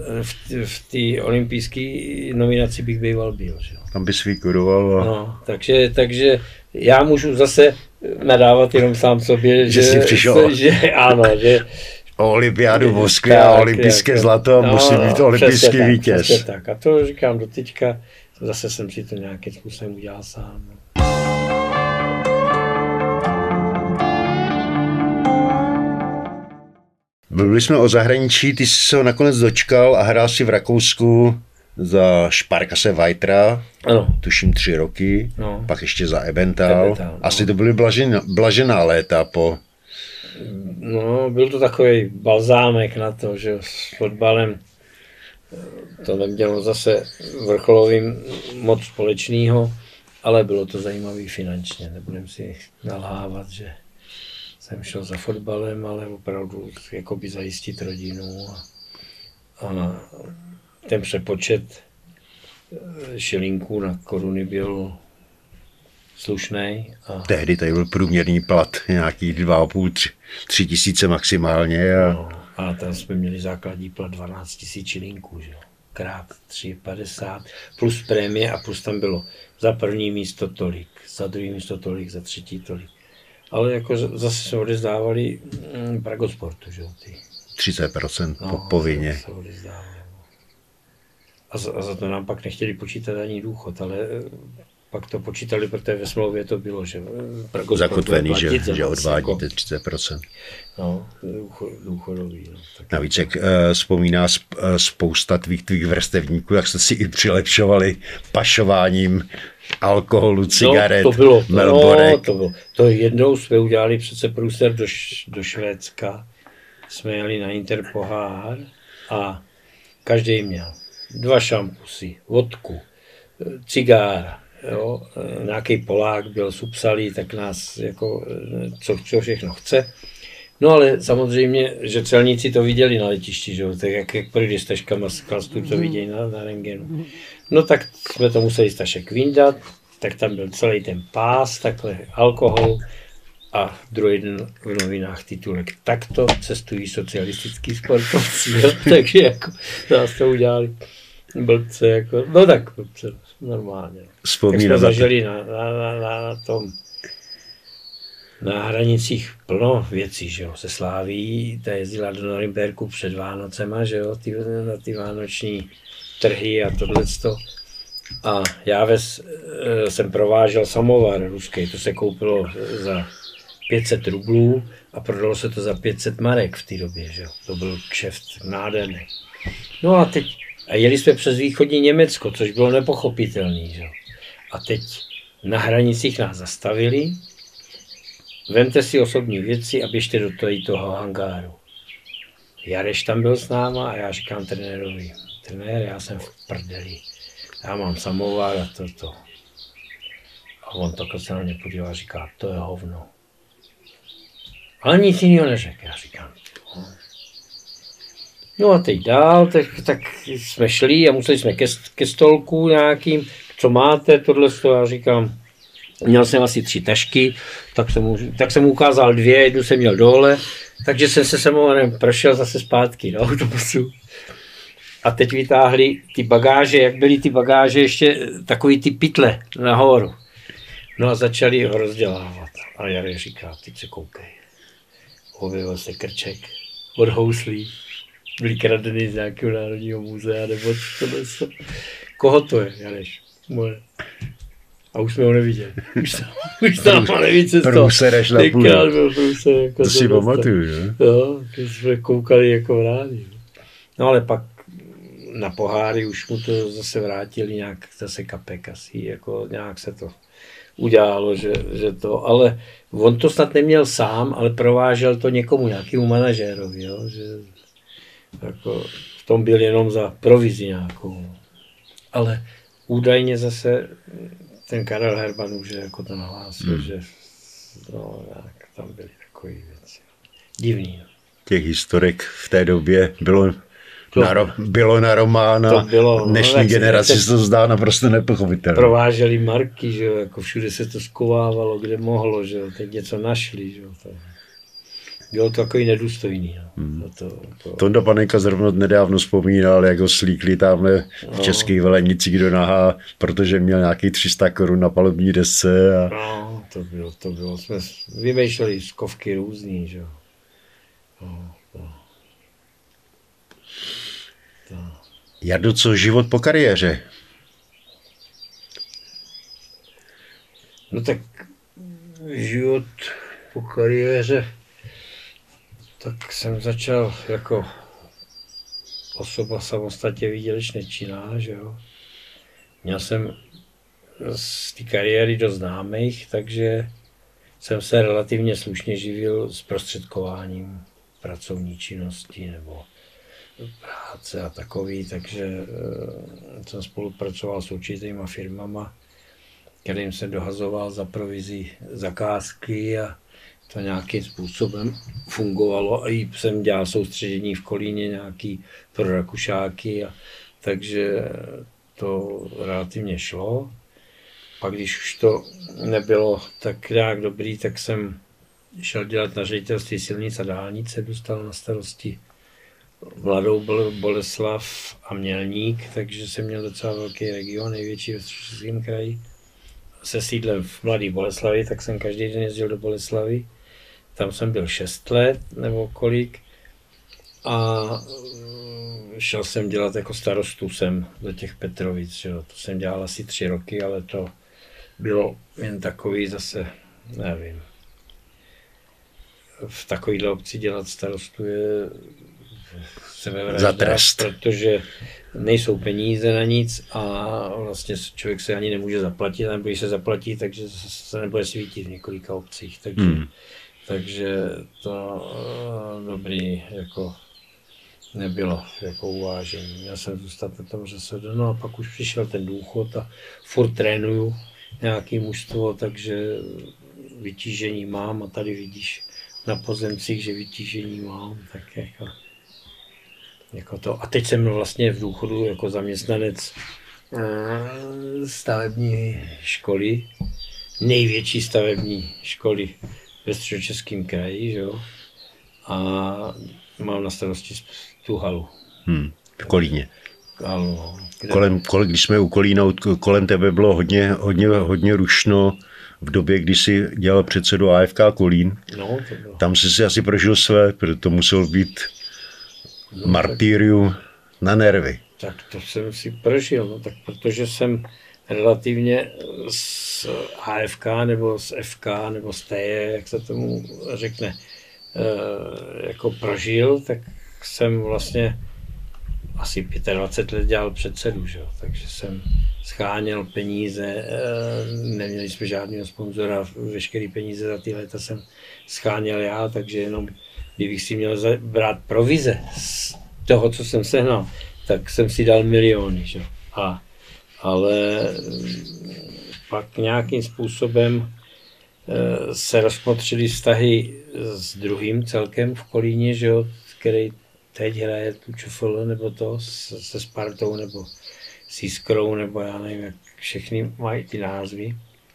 v té olympijské nominaci bych býval byl, že jo. Tam bys vykuroval. No, takže já můžu zase nadávat jenom sám sobě, že jsi přišel. Že ano, že o olympiádu v Moskvě a olympijské zlato a musí být olympijský vítěz. Tak. A to říkám do teďka, zase jsem si to nějakým způsobem udělal sám. Mluvili jsme o zahraničí, ty jsi se ho nakonec dočkal a hrál si v Rakousku za Sparkasse Weitra, tuším 3 roky, pak ještě za Ebenthal. Asi to byly blažená léta po... No, byl to takový balzámek na to, že s fotbalem to nemělo zase vrcholovým moc společného, ale bylo to zajímavý finančně, nebudem si nalhávat, že jsem šel za fotbalem, ale opravdu jakoby zajistit rodinu a ten přepočet šilinků na koruny byl slušnej. Tehdy tady byl průměrný plat nějaký 2,5–3 tisíce maximálně. A tam jsme měli základní plat 12 000 šilinků, že jo, krát 3,50 plus prémie a plus tam bylo za první místo tolik, za druhý místo tolik, za třetí tolik. Ale jako zase jsme odezdávali Pragosportu, že jo, ty. 30% povinně. A za to nám pak nechtěli počítat ani důchod, ale pak to počítali, protože ve smlouvě to bylo, že zakotvený, že odvádíte 30%. No, důchodový. No, navíc, jak vzpomíná spousta tvých vrstevníků, jak jste si i přilepšovali pašováním alkoholu, cigaret, melborek. To jednou jsme udělali přece průser do Švédska. Jsme jeli na Interpohár a každý měl 2 šampusy, vodku, cigára. Jo? Nějaký Polák byl supsalý, tak nás jako, co všechno chce. No ale samozřejmě, že celníci to viděli na letišti, že jo, tak jak projde s taškama z klastu, to vidějí na rentgenu. No tak jsme to museli stašek vyndat, tak tam byl celý ten pás, takhle alkohol a druhý den v novinách titulek takto cestují socialistický sportovci, jo? Takže jako nás to udělali blbce, jako, no tak blbce, normálně. Tak jsme zažili na tom, na hranicích plno věcí, že jo, se Sláví, ta jezdila do Norimberku před Vánocema, že jo, na ty vánoční trhy a tohleto. A já jsem provážel samovar ruský, to se koupilo za 500 rublů a prodalo se to za 500 marek v té době, že jo, to byl kšeft nádherný. No a teď, a jeli jsme přes východní Německo, což bylo nepochopitelný, že jo. A teď na hranicích nás zastavili. Vemte si osobní věci a běžte do toho hangáru. Jareš tam byl s náma a já říkám trenérovi, trenér, já jsem v prdeli, já mám samovar a toto. A on takhle se na mě podíval a říká, to je hovno. Ale nic jiného neřekl, já říkám. No a teď dál, tak jsme šli a museli jsme ke stolku nějakým, co máte, tohle, já říkám, měl jsem asi 3 tašky, tak jsem mu ukázal 2, jednu jsem měl dole, takže jsem se samovarem prošel zase zpátky do autobusu. A teď vytáhli ty bagáže, jak byly ty bagáže ještě takový ty pytle nahoru. No a začali ho rozdělávat. A Jarek říká, teď se koukej. Objevil se krček od houslí, byly kradeny z nějakého národního muzea, nebo tohle. Koho to je, Jareš? Moje. A už jsme ho neviděli. Už tam neví cesto. Průsereš na půl. Jako to si pamatuju, že? Jo, to jsme koukali jako v rádiu. No ale pak na poháry už mu to zase vrátili nějak zase kapek asi, jako nějak se to udělalo, že to, ale on to snad neměl sám, ale provážel to někomu, nějakému manažérovi, jo, že jako v tom byl jenom za provizi nějakou. Ale údajně zase ten Karel Herman už jako to nahlásil, že no, jak tam byly takové věci. Divný. No. Těch historek v té době bylo na román a dnešní generaci se to zdá naprosto nepochopitelné. Prováželi marky, že jo, jako všude se to skovávalo, kde mohlo, že jo, teď něco našli, že jo. Bylo to takový nedůstojný. No. Tonda Panenka zrovna nedávno vzpomínal, jak ho slíkli tamhle v Českých Velenicích do Naha, protože měl nějakých 300 korun na palubní desce. A... No, to bylo. Jsme vymýšleli skovky různý, že jo. Jardo, co život po kariéře? No tak život po kariéře, tak jsem začal jako osoba samostatně výdělečně činná, že jo. Měl jsem z té kariéry dost známých, takže jsem se relativně slušně živil zprostředkováním pracovní činnosti nebo práce a takový, takže jsem spolupracoval s určitýma firmama, kterým jsem dohazoval za provizi zakázky a to nějakým způsobem fungovalo. A i jsem dělal soustředění v Kolíně nějaký pro Rakušáky, takže to relativně šlo. Pak když už to nebylo tak nějak dobrý, tak jsem šel dělat na ředitelství silnic a dálnice, dostal na starosti Mladou Boleslav a Mělník, takže jsem měl docela velký region, největší ve Středočeském kraji. Se sídlem v Mladé Boleslavi, tak jsem každý den jezdil do Boleslavy. Tam jsem byl 6 let nebo kolik a šel jsem dělat jako starostu sem do těch Petrovic. Že? To jsem dělal asi 3 roky, ale to bylo jen takový zase, nevím. V takovýhle obci dělat starostu je za trest, protože nejsou peníze na nic a vlastně člověk se ani nemůže zaplatit, nebo když se zaplatí, takže se nebude svítit v několika obcích. Takže to dobrý, jako nebylo jako uvážení. Já jsem zůstat na tom ŘSD, no a pak už přišel ten důchod a furt trénuju nějaký mužstvo, takže vytížení mám a tady vidíš na pozemcích, že vytížení mám, tak jako to. A teď jsem vlastně v důchodu jako zaměstnanec stavební školy, největší stavební školy ve Středočeském kraji, že jo? A mám na starosti tu halu. V Kolíně. Halu, no. Když jsme u Kolína, kolem tebe bylo hodně rušno v době, kdy jsi dělal předsedu AFK Kolín. No, to bylo. Tam jsi si asi prožil své, protože to musel být martýrium na nervy. Tak to jsem si prožil, no, tak protože jsem relativně z AFK nebo z FK nebo z TE, jak se tomu řekne, jako prožil, tak jsem vlastně asi 25 let dělal předsedu, že? Takže jsem scháněl peníze, neměli jsme žádného sponzora, veškeré peníze za ty léta jsem scháněl já, takže jenom kdybych si měl brát provize z toho, co jsem sehnal, tak jsem si dal miliony, že? Ale pak nějakým způsobem se rozmotřily vztahy s druhým celkem v Kolíně, že jo, který teď hraje tu ČFL, nebo to se Spartou, nebo s Iskrou, nebo já nevím, jak všechny mají ty názvy.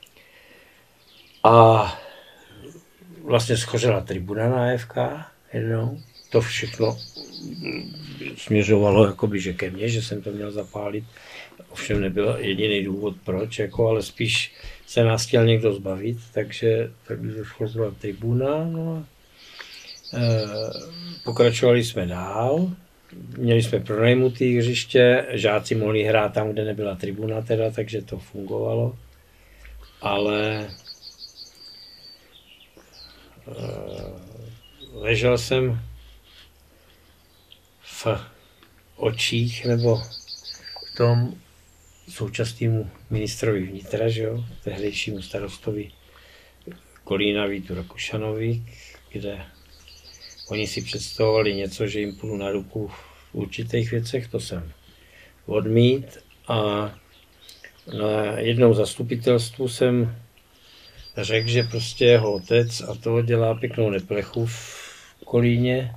A vlastně schořela tribuna na AFK jednou. To všechno směřovalo jakoby, že ke mně, že jsem to měl zapálit. Ovšem nebyl jediný důvod proč, jako, ale spíš se nás chtěl někdo zbavit, takže schořela tribuna. No. Pokračovali jsme dál, měli jsme pronajmutý hřiště, žáci mohli hrát tam, kde nebyla tribuna teda, takže to fungovalo, ale ležel jsem v očích nebo v tom současnému ministrovi vnitra, že jo, tehdejšímu starostovi Kolína Vítu Rakušanovi, kde oni si představovali něco, že jim půjdu na ruku v určitých věcech, to jsem odmít a na jednou zastupitelstvu jsem řekl, že prostě jeho otec a to dělá pěknou neplechu v Kolíně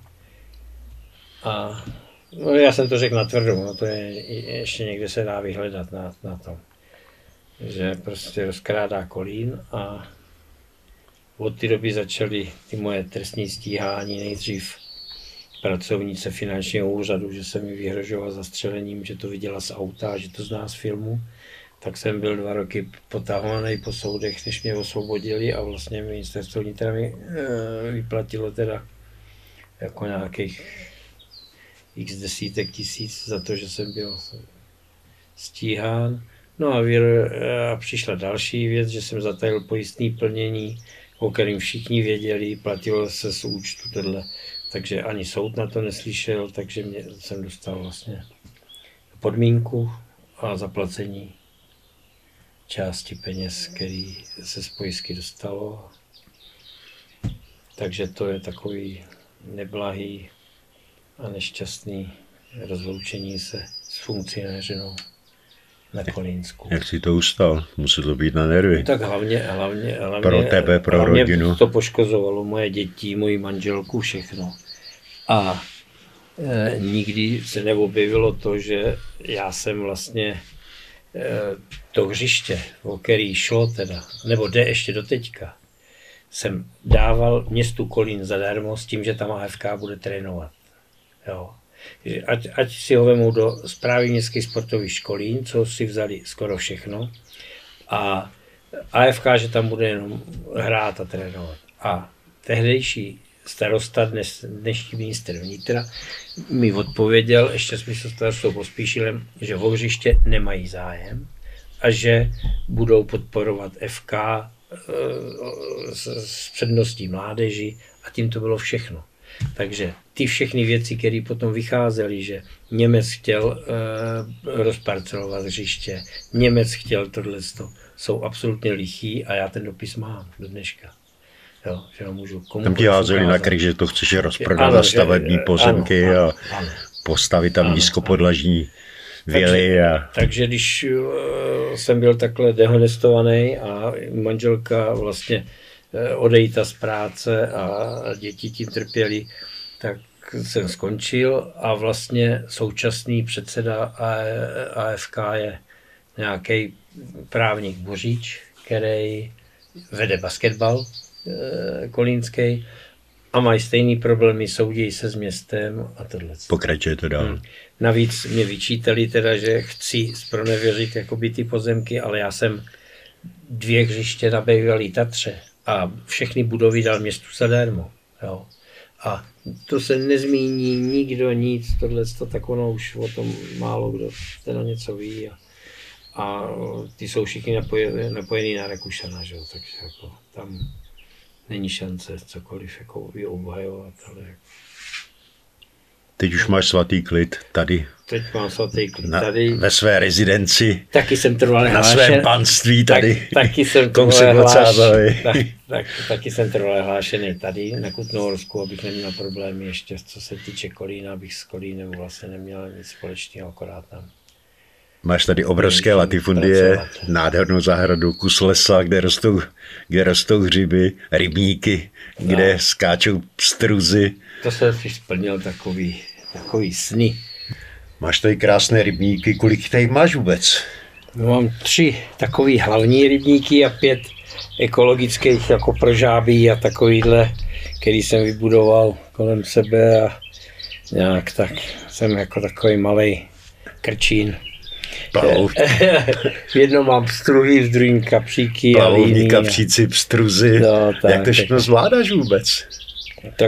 a no, já jsem to řekl natvrdo, no to je ještě někde se dá vyhledat na tom, že prostě rozkrádá Kolín a od té doby začaly ty moje trestní stíhání, nejdřív pracovnice finančního úřadu, že se mi vyhrožovala zastřelením, že to viděla z auta, že to zná z filmu. Tak jsem byl 2 roky potahovaný po soudech, než mě osvobodili a vlastně ministerstvo vnitra mi vyplatilo teda jako nějakých x desítek tisíc za to, že jsem byl stíhán. No a přišla další věc, že jsem zatajil pojistné plnění, o kterým všichni věděli, platilo se z účtu tohle, takže ani soud na to neslyšel, takže jsem dostal vlastně podmínku a zaplacení části peněz, který se z pojistky dostalo. Takže to je takový neblahý a nešťastný rozloučení se s funkcionářinou na Kolínsku. Jak jsi to ustal? Musí to být na nervy. Tak hlavně pro tebe, pro rodinu. To poškozovalo moje děti, moji manželku, všechno. A nikdy se neobjevilo to, že já jsem vlastně to hřiště, o který šlo teda, nebo jde ještě do teďka, jsem dával městu Kolín zadarmo s tím, že tam AFK bude trénovat. Jo. Ať si ho vemou do správy městských sportových školín, co si vzali skoro všechno, a AFK, že tam bude jenom hrát a trénovat. A tehdejší starosta, dnešní ministr vnitra, mi odpověděl, ještě s místo starostou Pospíšilem, že o hřiště nemají zájem a že budou podporovat FK s předností mládeži a tím to bylo všechno. Takže ty všechny věci, které potom vycházely, že Němec chtěl rozparcelovat hřiště, Němec chtěl tohle, jsou absolutně lichý a já ten dopis mám do dneška. Jo, že ho můžu tam ti házeli na kryk, že to chceš rozprodat za stavební pozemky. Ano. postavit tam nízkopodlažní vily. Takže když jsem byl takhle dehonestovaný a manželka vlastně odejta z práce a děti tím trpěli, tak jsem skončil a vlastně současný předseda AFK je nějaký právník Boříč, který vede basketbal kolínský a mají stejný problémy, soudí se s městem a tohle. Pokračuje to dál. Navíc mě vyčítali teda, že chci zpronevěřit jakoby ty pozemky, ale já jsem 2 hřiště na bývalý Tatře a všechny budovy dal městu zadarmo. Jo. A to se nezmíní nikdo nic, tohleto, tak ono už o tom málo kdo teda něco ví. A ty jsou všichni napojený na Rakušana, že? Takže jako tam není šance cokoliv jako obhajovat. Ale jako... Teď už máš svatý klid tady. Teď mám svatý klid tady. Ve své rezidenci. Taky jsem trvalé hlášen. Na svém panství tady. Taky jsem taky jsem trvalé hlášený tady na Kutnohorsku, abych neměl problémy ještě, co se týče Kolína, abych s Kolínem vlastně neměl nic společného, akorát tam. Máš tady obrovské latifundie, nádhernou zahradu, kus lesa, kde rostou hřiby, rybníky, kde skáčou pstruzy. To jsem si splnil takový sny. Máš tady krásné rybníky, kolik tady máš vůbec? No, mám 3 takový hlavní rybníky a 5 ekologických jako pro žáby a takovýhle, který jsem vybudoval kolem sebe a nějak tak jsem jako takový malej krčín. V jednom mám pstruhy, v druhém kapříky. Plavovní kapříci, pstruzy. No, tak, jak to všechno zvládáš vůbec? Tak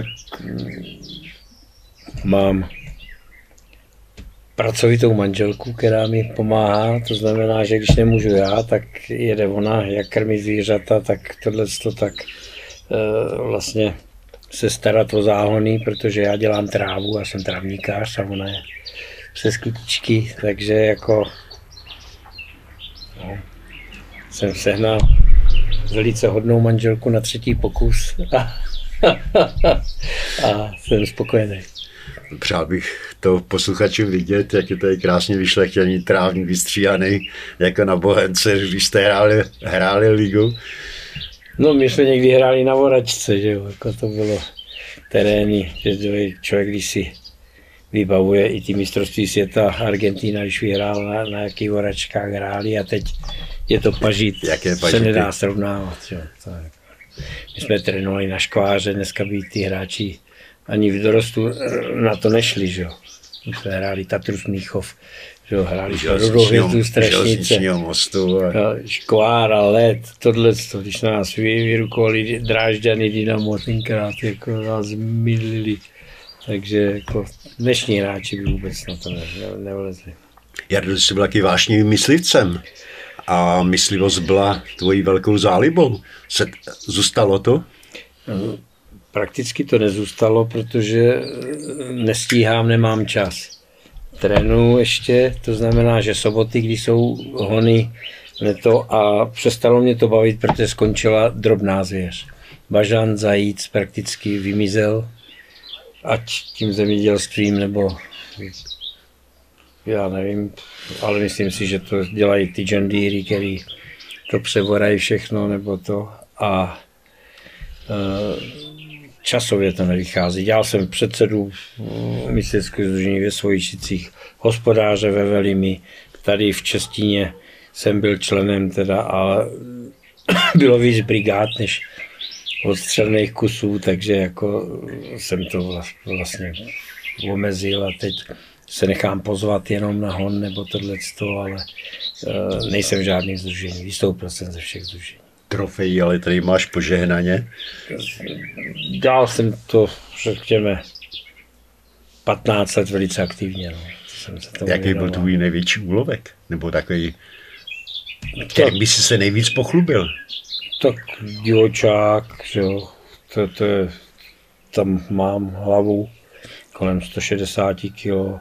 mám pracovitou manželku, která mi pomáhá, to znamená, že když nemůžu já, tak jede ona, jak krmí zvířata, tak tohleto tak vlastně se starat o záhony, protože já dělám trávu, já jsem trávníkář a ona je přes kytičky, takže jako jsem sehnal velice hodnou manželku na 3. pokus a jsem spokojený. Přál bych to posluchačům vidět, jak je tady krásně vyšlechtěný trávník vystříhaný, jako na Bohemce, když jste hráli ligu. No, my jsme někdy hráli na Voračce, že jo, jako to bylo terény, že člověk, když si vybavuje i ty mistrovství světa, Argentina, když vyhrála na jakých Voračkách hráli a teď je to pažit, se nedá srovnávat. Jo. My jsme trénovali na škváře, dneska by ty hráči ani v dorostu na to nešli, že jo. My jsme hráli Tatru Smíchov, že jo, hráli Rudohvězdu, Strašnice, škvára, led, tohle, když nás vyrukovali Drážďany, Dynamo, tenkrát jako nás mydlili. Takže jako dnešní hráči by vůbec na to nevlezli. Jardo, jsi byl taky vášnivým myslivcem a myslivost byla tvojí velkou zálibou. Zůstalo to? Prakticky to nezůstalo, protože nestíhám, nemám čas. Trénuju ještě, to znamená, že soboty, když jsou hony, a přestalo mě to bavit, protože skončila drobná zvěř. Bažant, zajíc prakticky vymizel, ať tím zemědělstvím, nebo já nevím, ale myslím si, že to dělají ty John Deere, který to převorají všechno, nebo to a časově to nevychází. Dělal jsem předsedu mysliveckého sdružení ve Svojšicích, hospodáře ve Velimi, tady v Čestíně jsem byl členem teda, ale bylo víc brigád než odstřelných kusů, takže jako jsem to vlastně omezil a teď se nechám pozvat jenom na hon nebo tohleto, ale nejsem v žádným sdružení, vystoupil jsem ze všech sdružení. Trofejí, ale tady máš požehnaně? Dál jsem to, řekněme, 15 let velice aktivně. No. Jaký byl tvůj největší úlovek? Nebo takový, kterým by si se nejvíc pochlubil? Tak divočák, že jo, tam mám hlavu kolem 160 kg,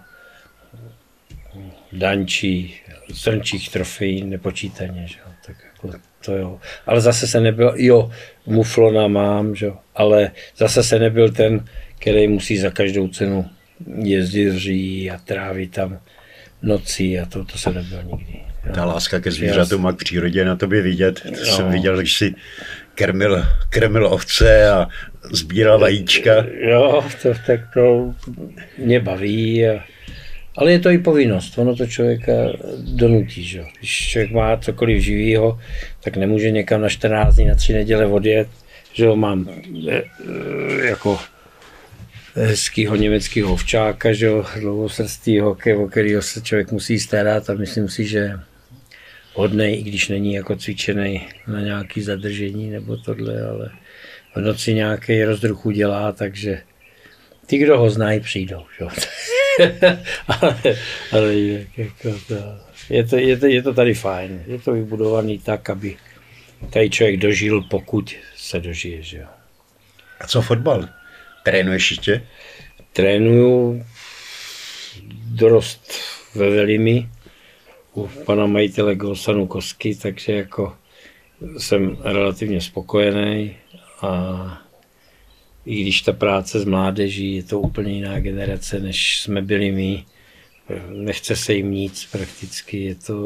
dančí, srnčích trofejí nepočítaně, že jo, tak jako to jo. Ale zase se nebyl, muflona mám, že jo, ale zase se nebyl ten, který musí za každou cenu jezdit v říji a trávit tam noci a to jsem nebyl nikdy. Ta láska ke zvířatům a k přírodě na tobě vidět. Jsem viděl, když si krmil ovce a sbíral vajíčka. Jo, tak to mě baví. Ale je to i povinnost, ono to člověka donutí. Že? Když člověk má cokoliv živýho, tak nemůže někam na 14 dní, na 3 neděle odjet. Že ho mám jako hezkýho německého ovčáka, že jo, dlouhosrstýho, o kterého se člověk musí starat a myslím si, že hodnej, i když není jako cvičený na nějaké zadržení nebo tohle, ale v noci nějaký rozdruh udělá, takže ty, kdo ho znají, přijdou. Že? ale jako je to tady fajn. Je to vybudovaný tak, aby tady člověk dožil, pokud se dožije. Že? A co fotbal? Trénuješ ještě? Trénuju dorost ve Velimi u pana majitele Golsanu Kosky, takže jako jsem relativně spokojený a i když ta práce s mládeží je to úplně jiná generace, než jsme byli my, nechce se jim nic prakticky,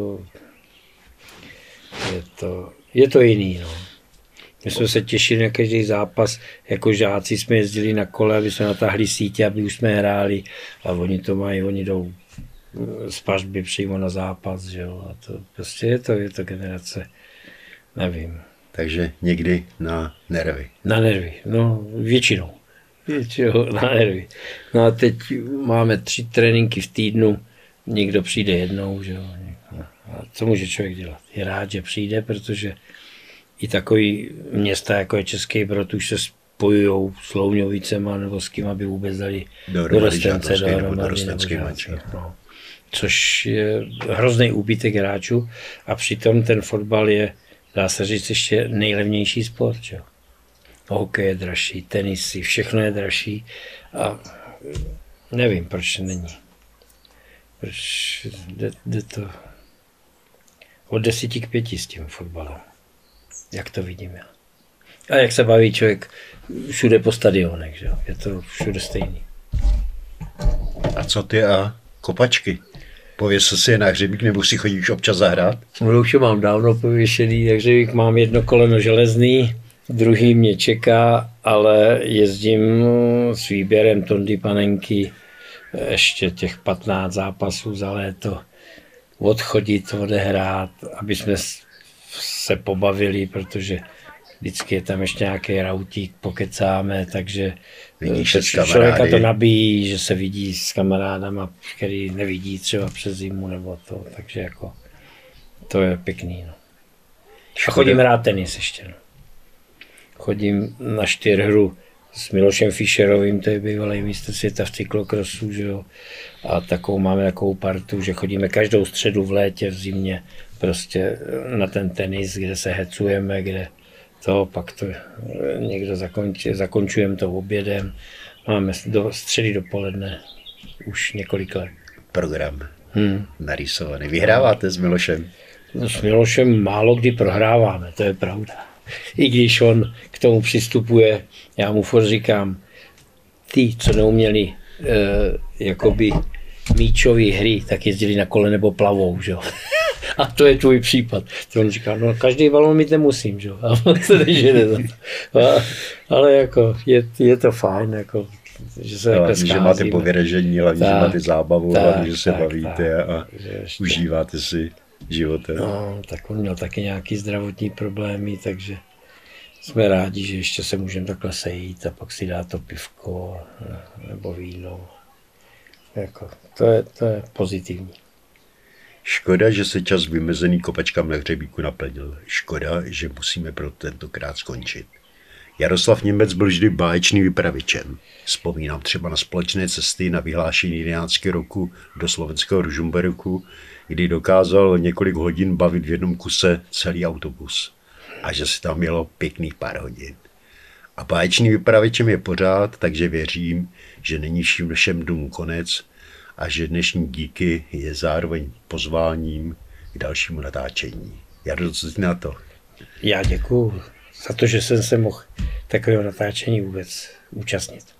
je to jiný. No. My jsme se těšili na každý zápas, jako žáci jsme jezdili na kole, aby jsme natáhli sítě, aby už jsme hráli a oni to mají, oni jdou z pařby přímo na zápas, že jo, a to prostě je to generace, nevím. Takže někdy na nervy. Na nervy, no většinou na nervy. No a teď máme 3 tréninky v týdnu, někdo přijde jednou, že jo. A co může člověk dělat? Je rád, že přijde, protože i takový města, jako je Český Brod, už se spojujou s Louňovicema nebo s kým, aby vůbec dali dorostence dohromady. No. Což je hrozný úbytek hráčů a přitom ten fotbal je, dá se říct, ještě nejlevnější sport. Že? Hokej je dražší, tenisy, všechno je dražší a nevím, proč není. Proč jde to od 10 k 5 s tím fotbalem. Jak to vidím já. A jak se baví člověk všude po stadionech, že? Je to všude stejný. A co ty a kopačky? Pověsil si je na hřebík, nebo si chodíš občas zahrát? No, už mám dávno pověšený, na hřebík mám jedno koleno železný, druhý mě čeká, ale jezdím s výběrem Tondy Panenky ještě těch 15 zápasů za léto odchodit, odehrát, aby jsme se pobavili, protože vždycky je tam ještě nějaký rautík, pokecáme, takže člověka to nabíjí, že se vidí s kamarádama, který nevidí třeba přes zimu nebo to, takže jako to je pěkný. No. A chodím hrát tenis ještě. No. Chodím na 4 hru s Milošem Fischerovým, to je bývalý mistr světa v cyklokrosu, že jo. A máme takovou partu, že chodíme každou středu v létě, v zimě, prostě na ten tenis, kde se hecujeme, kde pak to někdo zakončujeme to obědem. Máme do středy dopoledne už několik let. Program narýsovaný. Vyhráváte s Milošem? No, s Milošem málo kdy prohráváme, to je pravda. I když on k tomu přistupuje, já mu furt říkám, ty, co neuměli jakoby míčové hry, tak jezdili na kole nebo plavou, že jo. A to je tvůj případ. To on říká, no každý balón mít nemusím, že jo. A on se nežene za to. Ale jako je to fajn, jako, že se takhle scházíme. Že máte pověření, hlavně, že máte zábavu, hlavně, že se bavíte a užíváte si životem. No, tak on měl taky nějaký zdravotní problémy, takže jsme rádi, že ještě se můžeme takhle sejít a pak si dát to pivko nebo víno. Jako, to je pozitivní. Škoda, že se čas vymezený kopačkám na hřebíku naplnil. Škoda, že musíme pro tentokrát skončit. Jaroslav Němec byl vždy báječným vypravěčem. Vzpomínám třeba na společné cesty na vyhlášení 11. roku do slovenského Ružomberku, kdy dokázal několik hodin bavit v jednom kuse celý autobus. A že se tam jelo pěkných pár hodin. A báječným vypravěčem je pořád, takže věřím, že není všem dům konec a že dnešní díky je zároveň pozváním k dalšímu natáčení. Jardo, co ty na to? Já děkuju za to, že jsem se mohl takového natáčení vůbec účastnit.